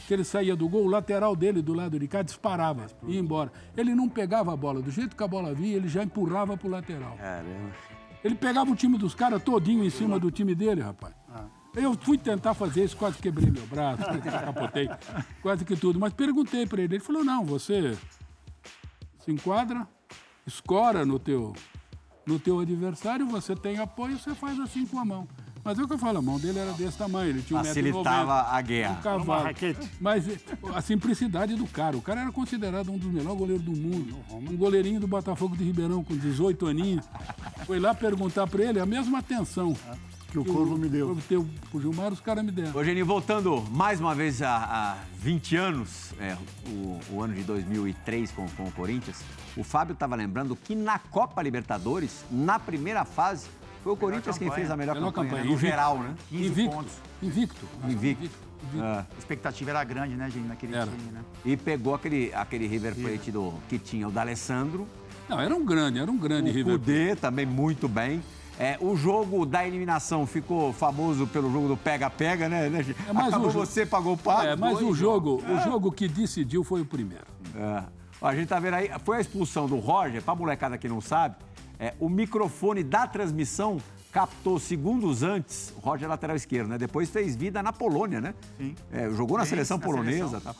que ele saía do gol, o lateral dele, do lado de cá, disparava, ia embora. Ele não pegava a bola. Do jeito que a bola vinha, ele já empurrava pro lateral. Caramba. Ele pegava o time dos caras todinho em cima do time dele, rapaz. Eu fui tentar fazer isso, quase quebrei meu braço, capotei, quase que tudo. Mas perguntei para ele, ele falou, não, você se enquadra, escora no teu adversário, você tem apoio, você faz assim com a mão. Mas é o que eu falo, a mão dele era desse tamanho, ele tinha 1,90 m. Facilitava a Um guerra. cavalo. Mas a simplicidade do cara. O cara era considerado um dos melhores goleiros do mundo. Um goleirinho do Botafogo de Ribeirão com 18 aninhos. Foi lá perguntar para ele a mesma atenção Que o Corvo me deu. O Gilmar, os caras me deram. Ô, Geninho, voltando mais uma vez a 20 anos, o ano de 2003 com o Corinthians, o Fábio estava lembrando que na Copa Libertadores, na primeira fase, foi o Corinthians quem fez a melhor campanha, no geral, né? 15 pontos. Invicto. A expectativa era grande, né, gente, naquele time, né? E pegou aquele River Plate que tinha o D'Alessandro. Não, era um grande River Plate. O Kudê também muito bem. O jogo da eliminação ficou famoso pelo jogo do pega-pega, né? Mas Acabou você, pagou o pato. Mas o jogo que decidiu foi o primeiro. Ó, a gente tá vendo aí, foi a expulsão do Roger, pra molecada que não sabe, o microfone da transmissão captou segundos antes, o Roger lateral esquerdo, né? Depois fez vida na Polônia, né? Sim. Jogou na seleção polonesa. Tal.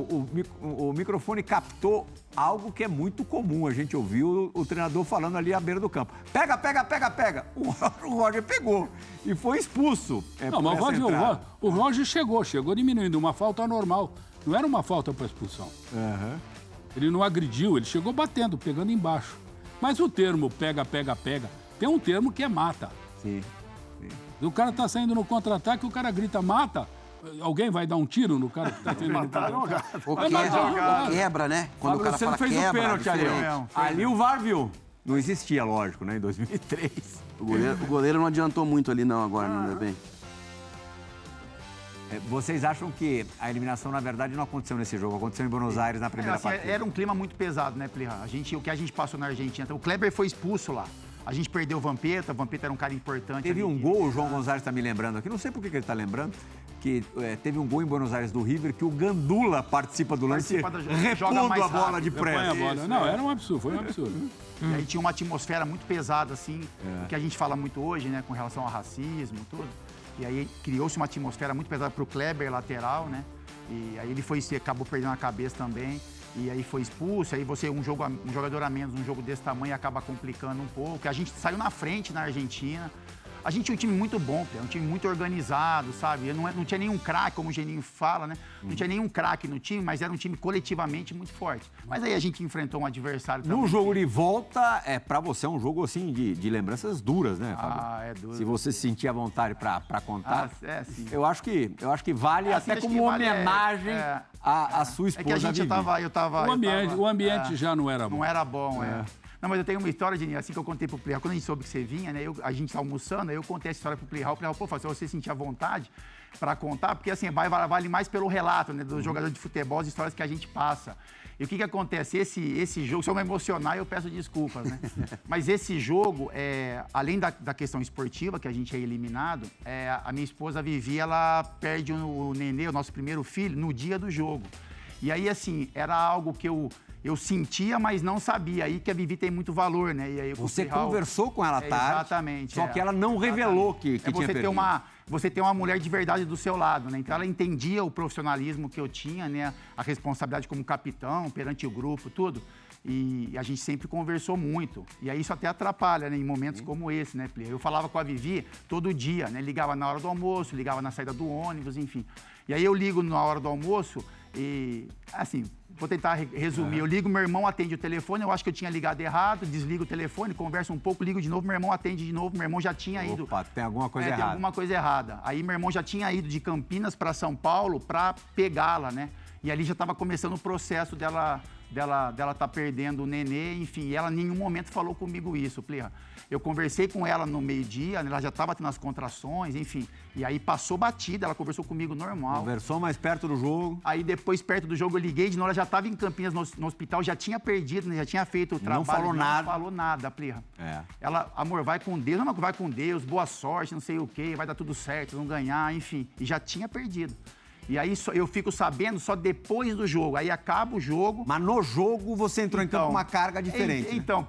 O microfone captou algo que é muito comum. A gente ouviu o treinador falando ali à beira do campo. Pega. O Roger pegou e foi expulso. Não, mas o Roger chegou diminuindo uma falta normal. Não era uma falta para expulsão. Ele não agrediu, ele chegou batendo, pegando embaixo. Mas o termo pega, tem um termo que é mata. Sim. O cara tá saindo no contra-ataque, o cara grita mata. Alguém vai dar um tiro no cara que tá saindo no contra-ataque? Ou quebra, né? Quando o cara Você não fala fez quebra, o pênalti ali. diferente. Ali o VAR viu. Não existia, lógico, né? Em 2003. O goleiro não adiantou muito ali não agora, não é bem? Vocês acham que a eliminação, na verdade, não aconteceu nesse jogo? Aconteceu em Buenos Aires na primeira partida? Era um clima muito pesado, né, Plirra? O que a gente passou na Argentina. Então, o Kleber foi expulso lá. A gente perdeu o Vampeta era um cara importante. Teve um gol, o João Gonzalez está me lembrando aqui, não sei por que ele está lembrando, que teve um gol em Buenos Aires do River que o Gandula participa do lance, repondo a bola de pressa. Não, era um absurdo, foi um absurdo. E aí tinha uma atmosfera muito pesada, assim, o que a gente fala muito hoje, né, com relação ao racismo e tudo. E aí criou-se uma atmosfera muito pesada para o Kleber, lateral, né? E aí ele acabou perdendo a cabeça também. E aí foi expulso, aí um jogador a menos, um jogo desse tamanho acaba complicando um pouco. A gente saiu na frente na Argentina. A gente tinha um time muito bom, um time muito organizado, sabe? Não tinha nenhum craque, como o Geninho fala, né? Não tinha nenhum craque no time, mas era um time coletivamente muito forte. Mas aí a gente enfrentou um adversário também. No jogo de volta, pra você é um jogo, assim, de lembranças duras, né, Fábio? É duro. Se você se sentir à vontade pra contar. Sim. Eu acho que vale até como homenagem à sua esposa. É que a gente O ambiente já não era bom. Não era bom, Não, mas eu tenho uma história, Geninho, assim que eu contei pro Plihal, quando a gente soube que você vinha, né, a gente tá almoçando, aí eu contei essa história pro Plihal, se você sentir à vontade pra contar, porque assim, vale mais pelo relato, né, do jogador de futebol, as histórias que a gente passa. E o que acontece? Esse jogo, se eu me emocionar, eu peço desculpas, né? Mas esse jogo, além da questão esportiva, que a gente é eliminado, a minha esposa Vivi, ela perde o nenê, o nosso primeiro filho, no dia do jogo. E aí, assim, era algo que eu sentia, mas não sabia. Aí que a Vivi tem muito valor, né? E aí, você conversou com ela tarde. Exatamente. Só que ela não revelou que tinha perdido. Você ter uma mulher de verdade do seu lado, né? Então ela entendia o profissionalismo que eu tinha, né? A responsabilidade como capitão, perante o grupo, tudo. E a gente sempre conversou muito. E aí isso até atrapalha, né? Em momentos como esse, né, Plia? Eu falava com a Vivi todo dia, né? Ligava na hora do almoço, ligava na saída do ônibus, enfim. E aí eu ligo na hora do almoço e, assim, vou tentar resumir. Eu ligo, meu irmão atende o telefone, eu acho que eu tinha ligado errado, desligo o telefone, converso um pouco, ligo de novo, meu irmão atende de novo, meu irmão já tinha ido. Opa, tem alguma coisa errada. Tem alguma coisa errada. Aí meu irmão já tinha ido de Campinas para São Paulo para pegá-la, né? E ali já estava começando o processo dela tá perdendo o nenê, enfim, e ela em nenhum momento falou comigo isso, Plirra. Eu conversei com ela no meio-dia, ela já estava tendo as contrações, enfim, e aí passou batida, ela conversou comigo normal. Conversou mais perto do jogo. Aí depois, perto do jogo, eu liguei de novo, ela já estava em Campinas no hospital, já tinha perdido, né, já tinha feito o trabalho. Não falou nada, Plirra. Ela, amor, vai com Deus, não, vai com Deus, boa sorte, não sei o quê, vai dar tudo certo, vão ganhar, enfim, e já tinha perdido. E aí eu fico sabendo só depois do jogo. Aí acaba o jogo. Mas no jogo você entrou em campo com uma carga diferente. Então,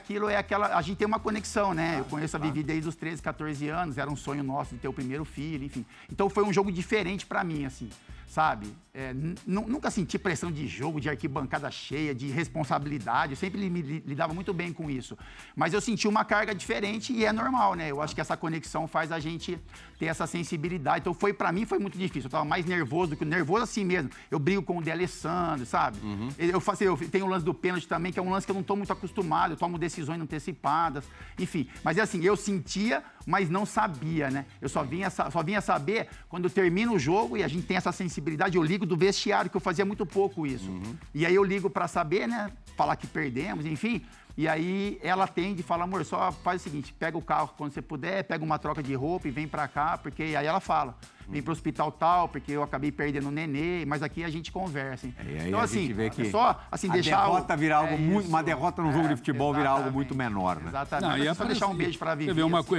a gente tem uma conexão, né? Eu conheço a Vivi desde os 13, 14 anos, era um sonho nosso de ter o primeiro filho, enfim. Então foi um jogo diferente pra mim, assim, sabe? Nunca senti pressão de jogo, de arquibancada cheia, de responsabilidade. Eu sempre me lidava muito bem com isso. Mas eu senti uma carga diferente e é normal, né? Eu acho que essa conexão faz a gente ter essa sensibilidade. Então, pra mim, foi muito difícil. Eu tava mais nervoso do que nervoso assim mesmo. Eu brigo com o De Alessandro, sabe? Eu tenho o lance do pênalti também, que é um lance que eu não tô muito acostumado. Eu tomo decisões antecipadas, enfim. Mas é assim, eu sentia, mas não sabia, né? Eu só vinha saber quando termina o jogo e a gente tem essa sensibilidade. Eu ligo do vestiário, que eu fazia muito pouco isso. E aí eu ligo pra saber, né? Falar que perdemos, enfim. E aí ela atende e fala, amor, só faz o seguinte, pega o carro quando você puder, pega uma troca de roupa e vem pra cá, porque aí ela fala, vem pro hospital tal, porque eu acabei perdendo o nenê, mas aqui a gente conversa, hein? E aí então, a gente assim, vê que é só assim, deixar derrota virar algo muito... Uma isso. derrota num jogo de futebol virar algo muito menor, né? Exatamente. Não, Mas é só deixar um beijo pra Vivi. Você vê uma assim. coisa,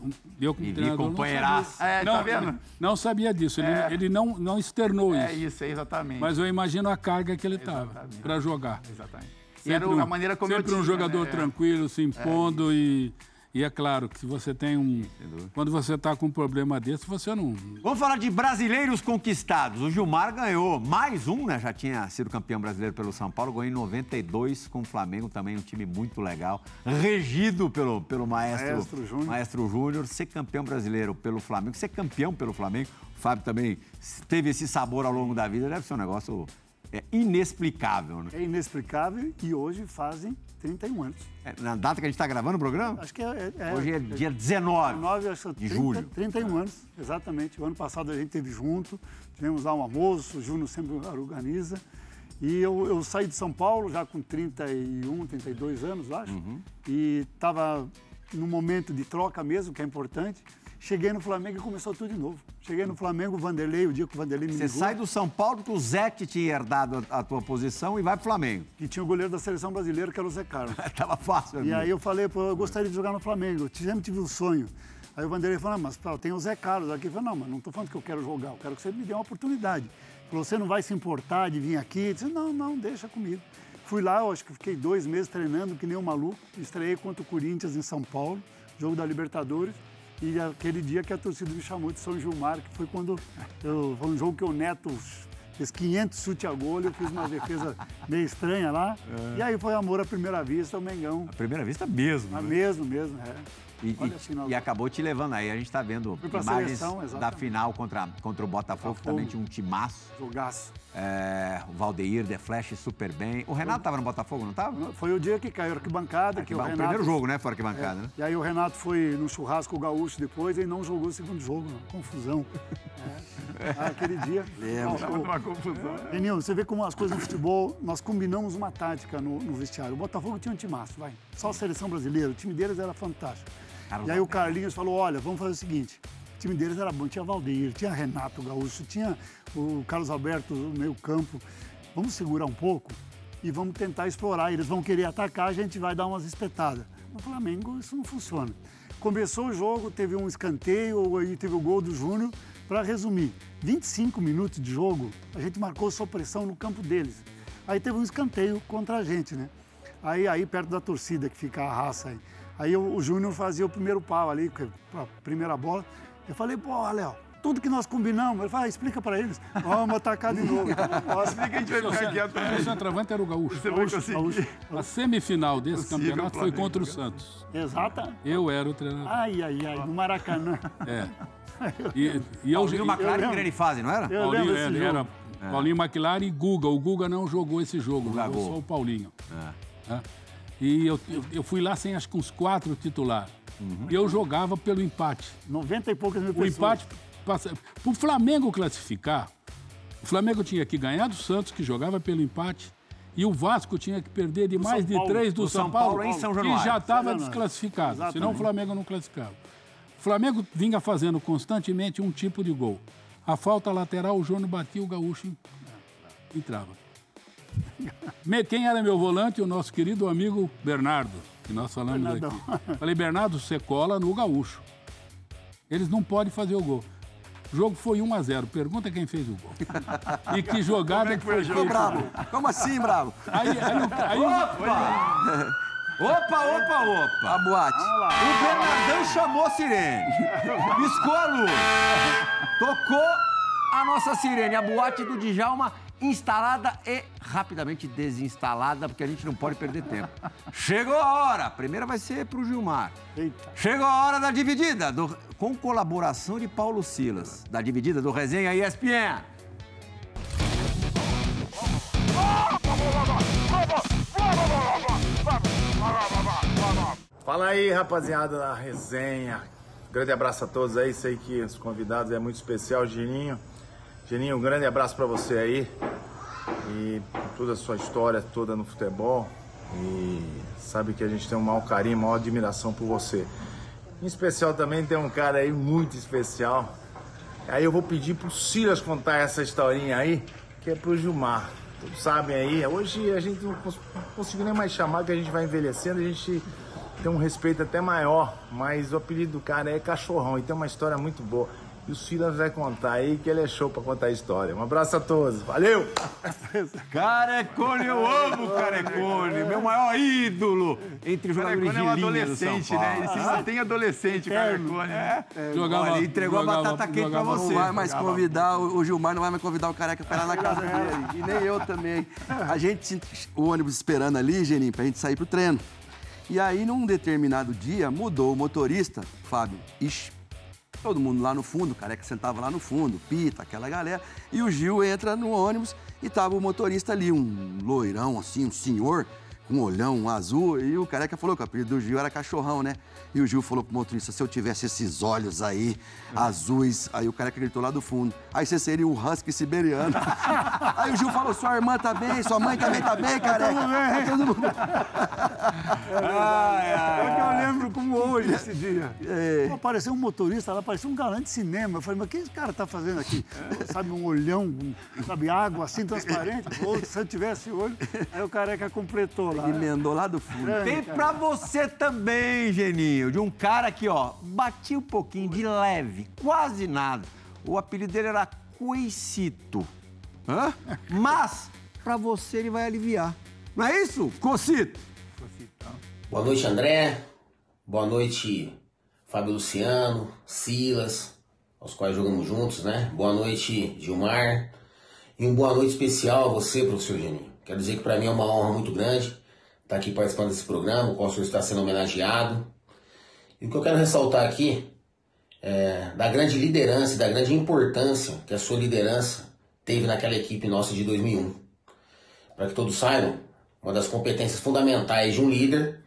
eu como Vivi, treinador companheiraço. Tá vendo? não sabia disso, ele não externou É isso. isso, exatamente. Mas eu imagino a carga que ele estava para jogar. Exatamente. Sempre Era a maneira como eu sempre tinha, um jogador né? tranquilo, se impondo e é claro que se você tem quando você está com um problema desse, você não... Vamos falar de brasileiros conquistados. O Gilmar ganhou mais um, né? Já tinha sido campeão brasileiro pelo São Paulo, ganhou em 92 com o Flamengo, também um time muito legal, regido pelo Maestro Júnior. Ser campeão brasileiro pelo Flamengo, ser campeão pelo Flamengo. O Fábio também teve esse sabor ao longo da vida, deve ser um negócio inexplicável, né? É inexplicável e hoje fazem 31 anos. Na data que a gente está gravando o programa? Acho que Hoje é dia 19 acho que de julho. 31 anos, exatamente. O ano passado a gente esteve junto, tivemos lá um almoço, o Júnior sempre organiza. E eu saí de São Paulo já com 31, 32 anos, acho. E estava num momento de troca mesmo, que é importante. Cheguei no Flamengo e começou tudo de novo. Cheguei no Flamengo, o Vanderlei, o dia que o Vanderlei me ligou... Você sai do São Paulo porque o Zé que tinha herdado a tua posição e vai pro Flamengo. Que tinha o goleiro da seleção brasileira, que era o Zé Carlos. Tava fácil. E aí eu falei, pô, eu gostaria de jogar no Flamengo. Eu sempre tive um sonho. Aí o Vanderlei falou, mas tem o Zé Carlos aqui. Eu falei, não, mas não tô falando que eu quero jogar, eu quero que você me dê uma oportunidade. Ele falou, você não vai se importar de vir aqui? Eu disse, não, deixa comigo. Fui lá, eu acho que fiquei 2 meses treinando que nem um maluco. Estreiei contra o Corinthians em São Paulo, jogo da Libertadores. E aquele dia que a torcida me chamou de São Gilmar, que foi quando foi um jogo que o Neto fez 500 chute a gol, eu fiz uma defesa meio estranha lá. E aí foi amor à primeira vista, o Mengão. À primeira vista mesmo. Mesmo, E acabou te levando aí. A gente tá vendo imagens da final contra o Botafogo, que também tinha um timaço. Jogaço. O Valdeir, The Flash, super bem. O Renato tava no Botafogo, não tava? Foi o dia que caiu a arquibancada. O primeiro jogo, né? Fora arquibancada, né? E aí o Renato foi no churrasco gaúcho depois e não jogou o segundo jogo. Confusão. Aquele dia. Uma confusão. Renil, você vê como as coisas no futebol, nós combinamos uma tática no vestiário. O Botafogo tinha um timaço, só a seleção brasileira. O time deles era fantástico. E aí o Carlinhos falou, olha, vamos fazer o seguinte. O time deles era bom, tinha Valdeir, tinha Renato Gaúcho, tinha o Carlos Alberto no meio campo. Vamos segurar um pouco e vamos tentar explorar. Eles vão querer atacar, a gente vai dar umas espetadas. No Flamengo isso não funciona. Começou o jogo, teve um escanteio, aí teve o gol do Júnior. Para resumir, 25 minutos de jogo, a gente marcou supressão no campo deles. Aí teve um escanteio contra a gente, né? Aí perto da torcida que fica a raça aí. Aí o Júnior fazia o primeiro pau ali, a primeira bola. Eu falei, pô, Léo, tudo que nós combinamos. Ele falou, explica para eles. Vamos atacar de novo. Explica que a gente vai ficar quieto. O centroavante era o Gaúcho. Você vai conseguir. A semifinal desse campeonato foi contra o Santos. Exata. Eu era o treinador. Ai, no Maracanã. E eu Paulinho McLaren em grande fase, não era? Eu lembro desse jogo. Paulinho McLaren e Guga. O Guga não jogou esse jogo, jogou só o Paulinho. E eu fui lá sem acho que uns 4 titulares. E eu jogava pelo empate. 90 e poucas mil O pessoas. empate, para o Flamengo classificar, o Flamengo tinha que ganhar do Santos, que jogava pelo empate, e o Vasco tinha que perder de mais de 3 do São Paulo, em São que Januário. já estava desclassificado. Exatamente. Senão o Flamengo não classificava. O Flamengo vinha fazendo constantemente um tipo de gol. A falta lateral, o Júnior batia, o Gaúcho entrava. Quem era meu volante? O nosso querido amigo Bernardo, que nós falamos aqui. Falei, Bernardo, você cola no Gaúcho. Eles não podem fazer o gol. O jogo foi 1-0. Pergunta quem fez o gol. E que jogada que foi o Ficou bravo. Como assim, bravo? Opa! A boate. O Bernardão chamou a sirene. Piscou a luz. Tocou a nossa sirene. A boate do Djalma instalada e rapidamente desinstalada, porque a gente não pode perder tempo. Chegou a hora. A primeira vai ser pro Gilmar. Eita. Chegou a hora da dividida, com colaboração de Paulo Silas. Da dividida do Resenha ESPN. Fala aí, rapaziada da resenha. Grande abraço a todos aí. Sei que os convidados é muito especial, Geninho. Geninho, um grande abraço pra você aí. E toda a sua história toda no futebol. E sabe que a gente tem um maior carinho, maior admiração por você. Em especial também tem um cara aí muito especial. Aí eu vou pedir pro Silas contar essa historinha aí, que é pro Gilmar. Todos sabem aí, hoje a gente não conseguiu nem mais chamar, que a gente vai envelhecendo, a gente tem um respeito até maior, mas o apelido do cara é Cachorrão e tem uma história muito boa. E o Silas vai contar aí, que ele é show pra contar a história. Um abraço a todos, valeu! Carecone, eu amo o Carecone, meu maior ídolo entre os jogadores de Carecone é um linha do São adolescente, Paulo. né? Ele se mantém adolescente, Carecone. Jogava, Olha, entregou a batata quente pra você. Não vai mais convidar, o Gilmar não vai mais convidar o Careca pra ir lá na casa dele. E nem eu também. A gente, o ônibus esperando ali, Geninho, pra gente sair pro treino. E aí, num determinado dia, mudou o motorista, Fábio. Ixi, todo mundo lá no fundo, o Careca sentava lá no fundo, Pita, aquela galera. E o Gil entra no ônibus e tava o motorista ali, um loirão assim, um senhor, com um olhão um azul. E o Careca falou que o apelido do Gil era Cachorrão, né? E o Gil falou pro motorista, se eu tivesse esses olhos aí, azuis... Aí o Careca gritou lá do fundo, aí você seria um husky siberiano. Aí o Gil falou, sua irmã tá bem, sua mãe também tá bem, Careca? Tá todo mundo bem. É que eu lembro como hoje esse dia. Pô, apareceu um motorista lá, parecia um galã de cinema. Eu falei, mas o que esse cara tá fazendo aqui? Sabe, um olhão, sabe, água assim, transparente. Ou se eu tivesse olho. Aí o Careca completou lá. Emendou lá do fundo. Tem pra você também, Geninho, de um cara que, ó, batia um pouquinho de leve, quase nada. O apelido dele era Coicito. Hã? Mas, pra você, ele vai aliviar. Não é isso, Cocito? Boa noite, André. Boa noite, Fábio Luciano, Silas, aos quais jogamos juntos, né? Boa noite, Gilmar. E uma boa noite especial a você, professor Geninho. Quero dizer que para mim é uma honra muito grande estar aqui participando desse programa, o qual o senhor está sendo homenageado. E o que eu quero ressaltar aqui é da grande liderança e da grande importância que a sua liderança teve naquela equipe nossa de 2001. Para que todos saibam, uma das competências fundamentais de um líder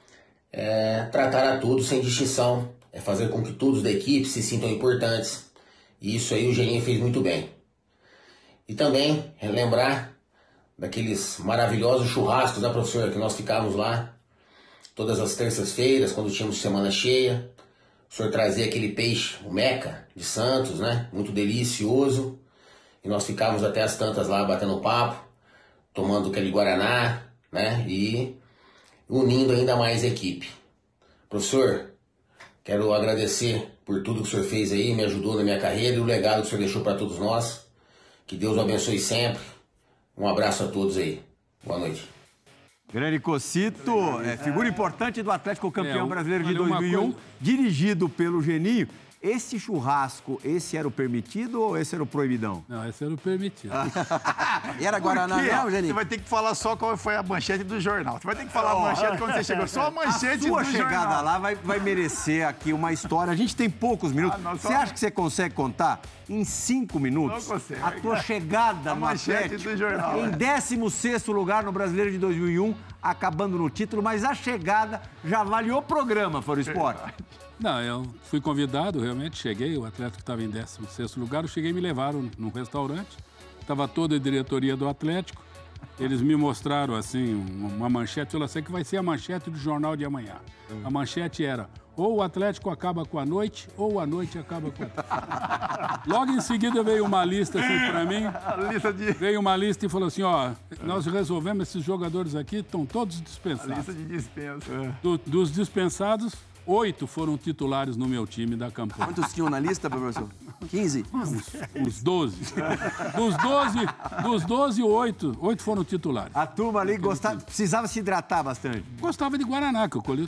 é tratar a todos sem distinção, é fazer com que todos da equipe se sintam importantes. E isso aí o Geninho fez muito bem. E também relembrar daqueles maravilhosos churrascos, né, professor, que nós ficávamos lá todas as terças-feiras, quando tínhamos semana cheia. O senhor trazia aquele peixe, o Meca, de Santos, né, muito delicioso. E nós ficávamos até as tantas lá batendo papo, tomando aquele Guaraná, né, e unindo ainda mais a equipe. Professor, quero agradecer por tudo que o senhor fez aí, me ajudou na minha carreira e o legado que o senhor deixou para todos nós. Que Deus o abençoe sempre. Um abraço a todos aí. Boa noite. Grande Cocito, figura importante do Atlético campeão brasileiro de olha, uma 2001, coisa- dirigido pelo Geninho. Esse churrasco, esse era o permitido ou esse era o proibidão? Não, esse era o permitido. E era Guaraná Por quê? não, Você Geninho? vai ter que falar só qual foi a manchete do jornal. Você vai ter que falar a manchete quando você chegou. Só a manchete A sua do chegada jornal. lá vai merecer aqui uma história. A gente tem poucos minutos. não, só- Você acha que você consegue contar em 5 minutos Não consigo. a tua chegada A no manchete Atlético do jornal, em 16º lugar no Brasileiro de 2001, acabando no título, mas a chegada já vale o programa, Foro Esporte. Não, eu fui convidado, realmente, cheguei, o Atlético estava em 16º lugar, eu cheguei e me levaram num restaurante, estava toda a diretoria do Atlético, eles me mostraram, assim, uma manchete, eu sei que vai ser a manchete do jornal de amanhã. A manchete era, ou o Atlético acaba com a noite, ou a noite acaba com o Atlético. Logo em seguida veio uma lista, assim, para mim, A lista de... veio uma lista e falou assim, ó, nós resolvemos, esses jogadores aqui estão todos dispensados. Lista de dispensa. Dos dispensados, 8 foram titulares no meu time da campanha. Quantos tinham na lista, professor? 15? Os 12. Dos 12, 8 foram titulares. A turma ali precisava se hidratar bastante. Gostava de Guaraná, que eu colhi.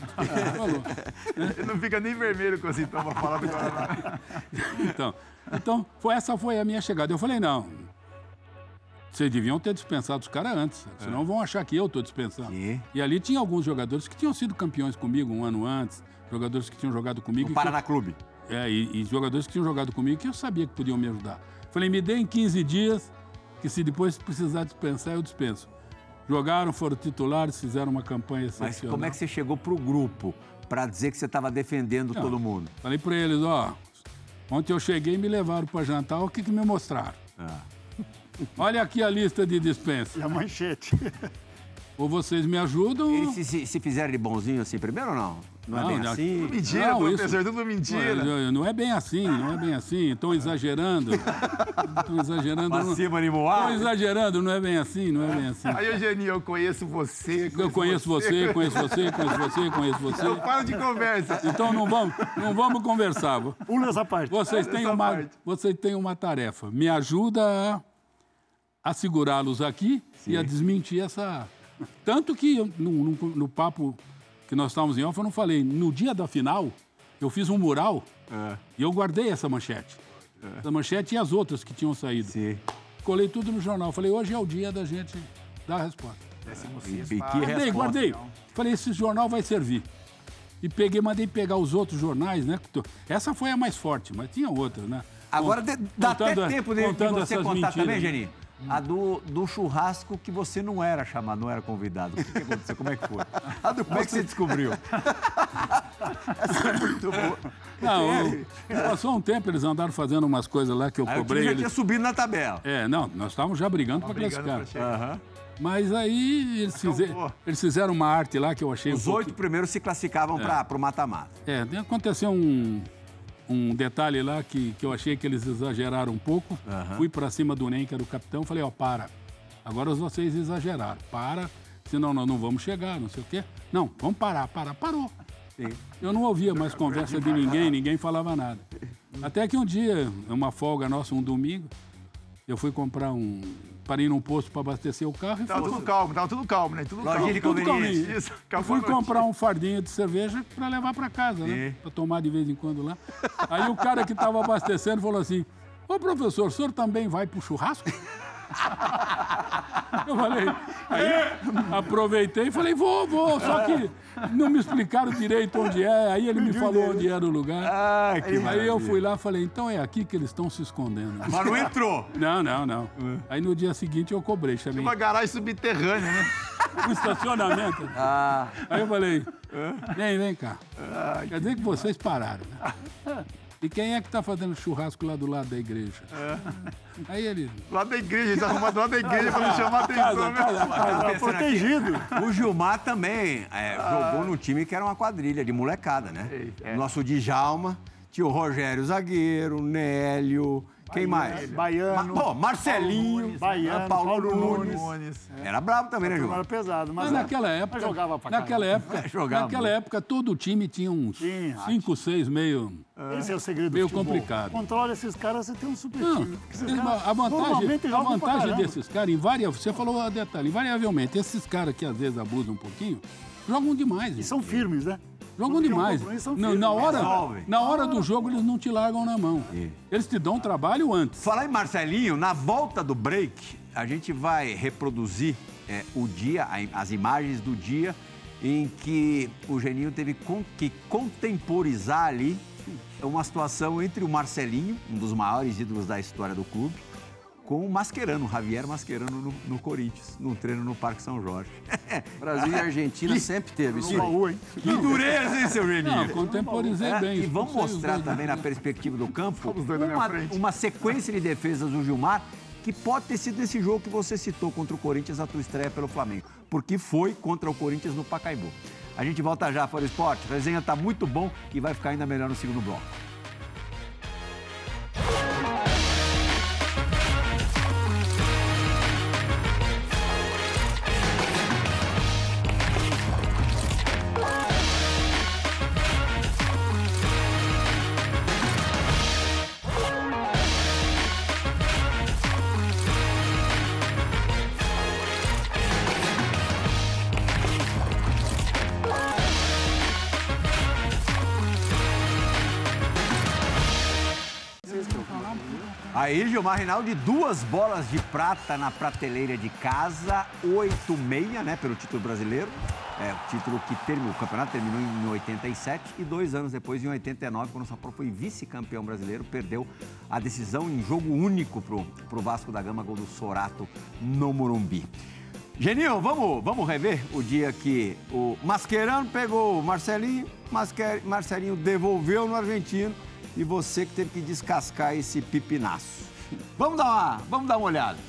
Ele não fica nem vermelho com esse então pra falar do Guaraná. Então essa foi a minha chegada. Eu falei, não, vocês deviam ter dispensado os caras antes, senão vão achar que eu estou dispensando. Sim. E ali tinha alguns jogadores que tinham sido campeões comigo um ano antes, jogadores que tinham jogado comigo. No Paraná Clube. E jogadores que tinham jogado comigo que eu sabia que podiam me ajudar. Falei, me deem 15 dias, que se depois precisar dispensar, eu dispenso. Jogaram, foram titulares, fizeram uma campanha excepcional. Mas como é que você chegou pro grupo para dizer que você estava defendendo todo mundo? Falei para eles, ontem eu cheguei e me levaram para jantar, o que me mostraram? Olha aqui a lista de dispensa. E a manchete. Ou vocês me ajudam... Eles se fizeram de bonzinho assim primeiro ou não? Não é bem assim? Tudo mentira, Não, professor, tudo mentira. Não é bem assim, Estão exagerando. Estão exagerando. Pra cima de Moá? Estão exagerando, não é bem assim. Aí, Eugeninho, eu conheço você. Eu conheço você. Eu paro de conversa. Então não vamos conversar. Pula essa parte. Vocês têm uma tarefa. Me ajuda a segurá-los aqui e a desmentir essa... Tanto que no papo que nós estávamos em off, eu não falei. No dia da final, eu fiz um mural e eu guardei essa manchete. Essa manchete e as outras que tinham saído. Sim. Colei tudo no jornal. Falei, hoje é o dia da gente dar a resposta. Guardei. Falei, esse jornal vai servir. E mandei pegar os outros jornais, né? Essa foi a mais forte, mas tinha outras, né? Agora dá até tempo de você contar mentiras. também, Geninho. A do churrasco que você não era chamado, não era convidado. O que aconteceu? Como é que foi? Como é que você descobriu? Essa é muito boa. Não, passou um tempo, eles andaram fazendo umas coisas lá que eu cobrei. Já tinha subido na tabela. Nós estávamos já brigando para classificar. Mas aí eles fizeram uma arte lá que eu achei... Os 8 primeiros se classificavam para o mata-mata. Aconteceu um detalhe lá que eu achei que eles exageraram um pouco. Fui para cima do Nen, que era o capitão, falei, para. Agora vocês exageraram. Para, senão nós não vamos chegar, não sei o quê. Não, vamos parar. Parou. Sim. Eu não ouvia mais conversa de ninguém falava nada. Até que um dia, uma folga nossa, um domingo, eu fui comprar parei num posto para abastecer o carro e tava tudo calmo, né? Tudo calminho. Isso. Fui comprar um fardinho de cerveja para levar para casa, né? Para tomar de vez em quando lá. Aí o cara que estava abastecendo falou assim, ô professor, o senhor também vai pro churrasco? Eu falei, aí aproveitei e falei, vou, só que não me explicaram direito onde é, aí ele me falou onde era o lugar. Aí eu fui lá e falei, então é aqui que eles estão se escondendo. Mas não entrou? Não. Aí no dia seguinte eu cobrei, chamei. Uma garagem subterrânea, né? Um estacionamento. Aí eu falei, vem cá. Quer dizer que vocês pararam, né? E quem é que tá fazendo churrasco lá do lado da igreja? Aí ele... Lado da igreja, ele tá arrumado do lado da igreja pra não chamar atenção. Casa, protegido. O Gilmar também jogou num time que era uma quadrilha de molecada, né? Nosso Djalma, tinha o Rogério Zagueiro, Nélio... Quem mais? Baiano. Marcelinho. Baiano. Paulo Nunes. Era bravo também, né, Gilmar? Era pesado, mas naquela época... jogava pra Naquela época, todo time tinha uns 5, 6 meio... Esse é o segredo meio do futebol. Complicado. Controla esses caras, você tem um super Não, time. a vantagem desses caras, você falou a detalhe, invariavelmente, esses caras que às vezes abusam um pouquinho, jogam demais. E são firmes, né? Jogam demais. Na hora do jogo, eles não te largam na mão. Eles te dão trabalho antes. Falar em Marcelinho, na volta do break, a gente vai reproduzir o dia, as imagens do dia em que o Geninho teve que contemporizar ali uma situação entre o Marcelinho, um dos maiores ídolos da história do clube, com o Mascherano, o Javier Mascherano no Corinthians, num treino no Parque São Jorge. Brasil e Argentina sempre teve isso. Que dureza, hein, seu Geninho? Não, contemporizei bem. E vamos mostrar também, na perspectiva do campo, uma sequência de defesas do Gilmar que pode ter sido esse jogo que você citou contra o Corinthians, a tua estreia pelo Flamengo, porque foi contra o Corinthians no Pacaembu. A gente volta já para o esporte. A resenha tá muito bom e vai ficar ainda melhor no segundo bloco. Aí, Gilmar Rinaldi, 2 bolas de prata na prateleira de casa, 8-6, né, pelo título brasileiro. O título que terminou, o campeonato terminou em 87 e 2 anos depois, em 89, quando o São Paulo foi vice-campeão brasileiro, perdeu a decisão em jogo único pro Vasco da Gama, gol do Sorato no Morumbi. Geninho, vamos rever o dia que o Mascherano pegou o Marcelinho, Marcelinho devolveu no argentino e você que teve que descascar esse pipinaço. Vamos dar uma olhada.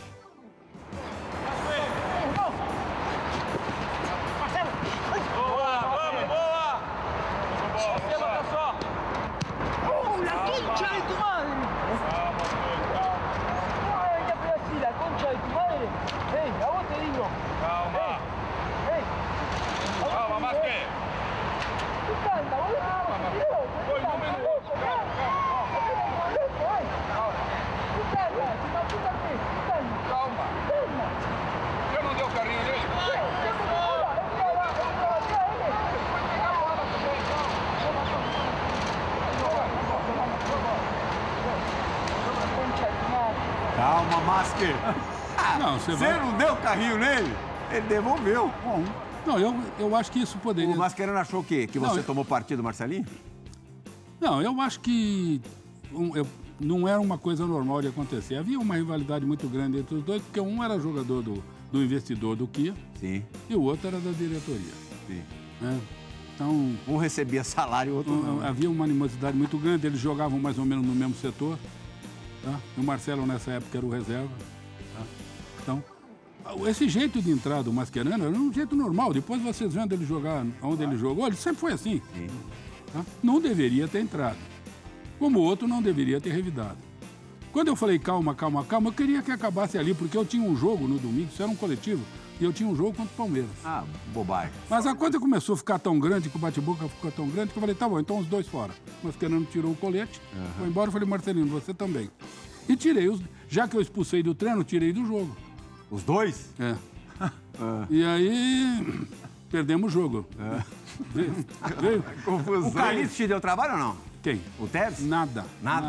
Calma, Mascher. Não, você não deu carrinho nele? Ele devolveu. Bom. Não, eu acho que isso poderia... O Mascherano achou o quê? Que você tomou partido, Marcelinho? Não, eu acho que não era uma coisa normal de acontecer. Havia uma rivalidade muito grande entre os dois, porque um era jogador do investidor do Kia. Sim. E o outro era da diretoria. Sim. Então, um recebia salário e o outro não. Havia uma animosidade muito grande, eles jogavam mais ou menos no mesmo setor. Tá? E o Marcelo, nessa época, era o reserva. Tá? Então, esse jeito de entrar do Mascherano era um jeito normal. Depois vocês vendo ele jogar onde ele jogou, ele sempre foi assim. Tá? Não deveria ter entrado. Como o outro não deveria ter revidado. Quando eu falei calma, eu queria que acabasse ali, porque eu tinha um jogo no domingo, isso era um coletivo, e eu tinha um jogo contra o Palmeiras. Ah, bobagem. Mas a coisa começou a ficar tão grande, que o bate-boca ficou tão grande, que eu falei, tá bom, então os dois fora. O Mascherano tirou o colete, foi embora, eu falei, Marcelino, você também. E tirei já que eu expulsei do treino, tirei do jogo. Os dois? É. E aí, perdemos o jogo. Veio. Confusão. O Carlitos te deu trabalho ou não? Quem? O Tevez? Nada.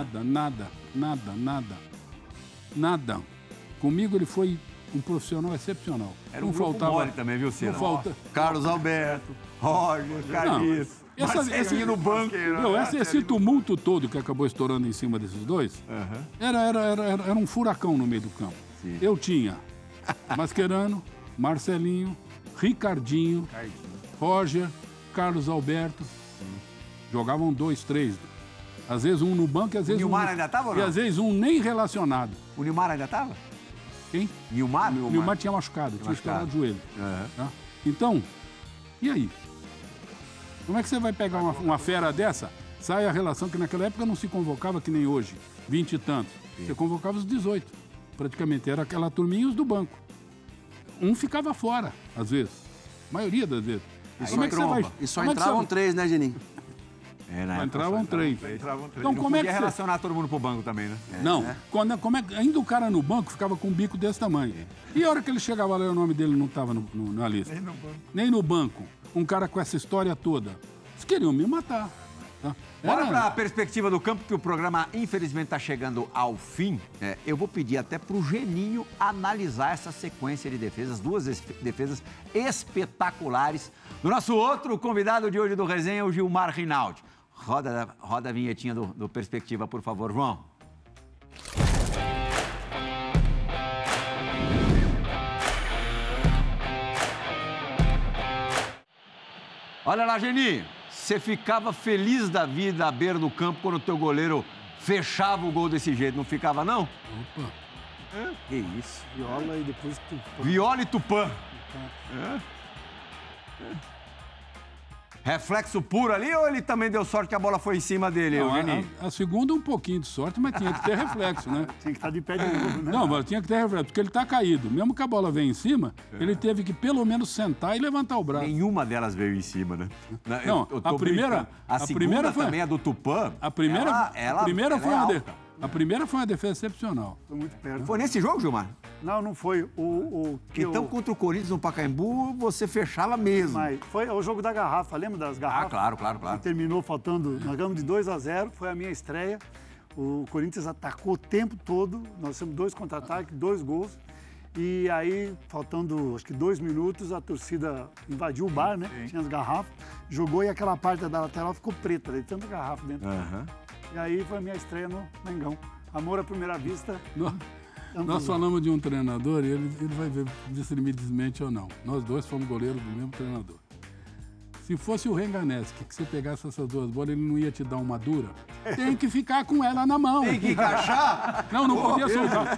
Comigo ele foi um profissional excepcional. Era um grupo mole também, viu, Ciro? Não falta... Carlos Alberto, Roger, Carlitos. Esse no banco. Esse tumulto todo que acabou estourando em cima desses dois, era um furacão no meio do campo. Sim. Eu tinha Mascherano, Marcelinho, Ricardinho, Roger, Carlos Alberto. Jogavam 2, 3. Às vezes um no banco e às vezes o Nilmar ainda estava ou não? E às vezes um nem relacionado. O Nilmar ainda estava? Quem? Nilmar? Nilmar tinha machucado, tinha estourado o joelho. Tá? Então, e aí? Como é que você vai pegar uma fera dessa? Sai a relação que naquela época não se convocava que nem hoje, 20 e tantos. Sim. Você convocava os 18, praticamente. Era aquela turminha e os do banco. Um ficava fora, às vezes. A maioria das vezes. E só entravam 3, né, Geninho? Entravam 3. Então, como é que relacionar todo mundo pro banco também, né? Não, ainda o cara no banco ficava com um bico desse tamanho. E a hora que ele chegava lá, o nome dele não estava na lista. Nem no banco. Um cara com essa história toda. Eles queriam me matar. Tá? Bora para a perspectiva do campo, que o programa, infelizmente, está chegando ao fim. Eu vou pedir até para o Geninho analisar essa sequência de defesas, 2 defesas espetaculares. Do nosso outro convidado de hoje do Resenha, o Gilmar Rinaldi. Roda a vinhetinha do Perspectiva, por favor, João. Olha lá, Geninho. Você ficava feliz da vida à beira do campo quando o teu goleiro fechava o gol desse jeito, não ficava, não? Opa. Que isso? Viola e depois Tupã. Viola e Tupã. Reflexo puro ali ou ele também deu sorte que a bola foi em cima dele, Geninho? A segunda um pouquinho de sorte, mas tinha que ter reflexo, né? Tinha que estar de pé de novo, né? Não, mas tinha que ter reflexo, porque ele tá caído. Mesmo que a bola venha em cima, ele teve que pelo menos sentar e levantar o braço. Nenhuma delas veio em cima, né? Não, a primeira... A segunda foi, também, a do Tupã. A primeira foi uma defesa excepcional. Foi muito perto. Foi nesse jogo, Gilmar? Não foi. Então, contra o Corinthians no Pacaembu, você fechava mesmo. Mas foi o jogo da garrafa, lembra das garrafas? Claro. Que terminou faltando, nós ganhamos de 2-0, foi a minha estreia. O Corinthians atacou o tempo todo, nós temos 2 contra-ataques, 2 gols. E aí, faltando acho que 2 minutos, a torcida invadiu o bar, né? Tinha as garrafas, jogou e aquela parte da lateral ficou preta, de tanta garrafa dentro. E aí foi a minha estreia no Mengão. Amor à primeira vista. Nós falamos de um treinador e ele vai ver se ele me desmente ou não. Nós 2 fomos goleiros do mesmo treinador. Se fosse o Renganeschi, que você pegasse essas 2 bolas, ele não ia te dar uma dura? Tem que ficar com ela na mão. Tem que encaixar? Não podia soltar.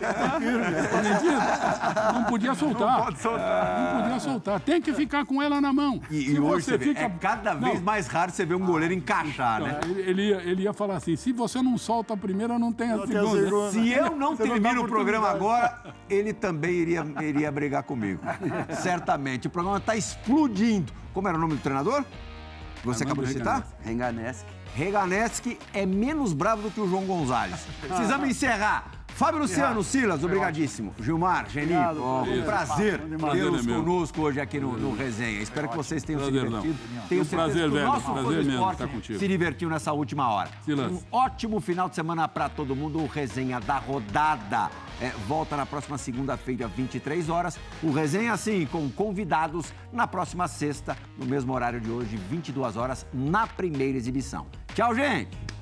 Não podia soltar. Não pode soltar. Não podia soltar. Tem que ficar com ela na mão. E hoje você fica... é cada vez mais raro você ver um goleiro encaixar, né? Ele ia falar assim, se você não solta a primeira, não tem a segunda. Se eu não termino o programa agora, ele também iria brigar comigo. Certamente. O programa está explodindo. Como era o nome do treinador? Você acabou de citar? Renganeschi. Renganeschi é menos bravo do que o João Gonzalez. Precisamos encerrar. Fábio Luciano, Silas, obrigadíssimo. Gilmar, Geninho, um prazer tê-los conosco hoje aqui no Resenha. Espero que vocês tenham se divertido. Tenho certeza que o nosso fã do esporte se divertiu nessa última hora. Um ótimo final de semana para todo mundo. O Resenha da rodada volta na próxima segunda-feira, 23 horas. O Resenha, assim, com convidados, na próxima sexta, no mesmo horário de hoje, 22 horas, na primeira exibição. Tchau, gente!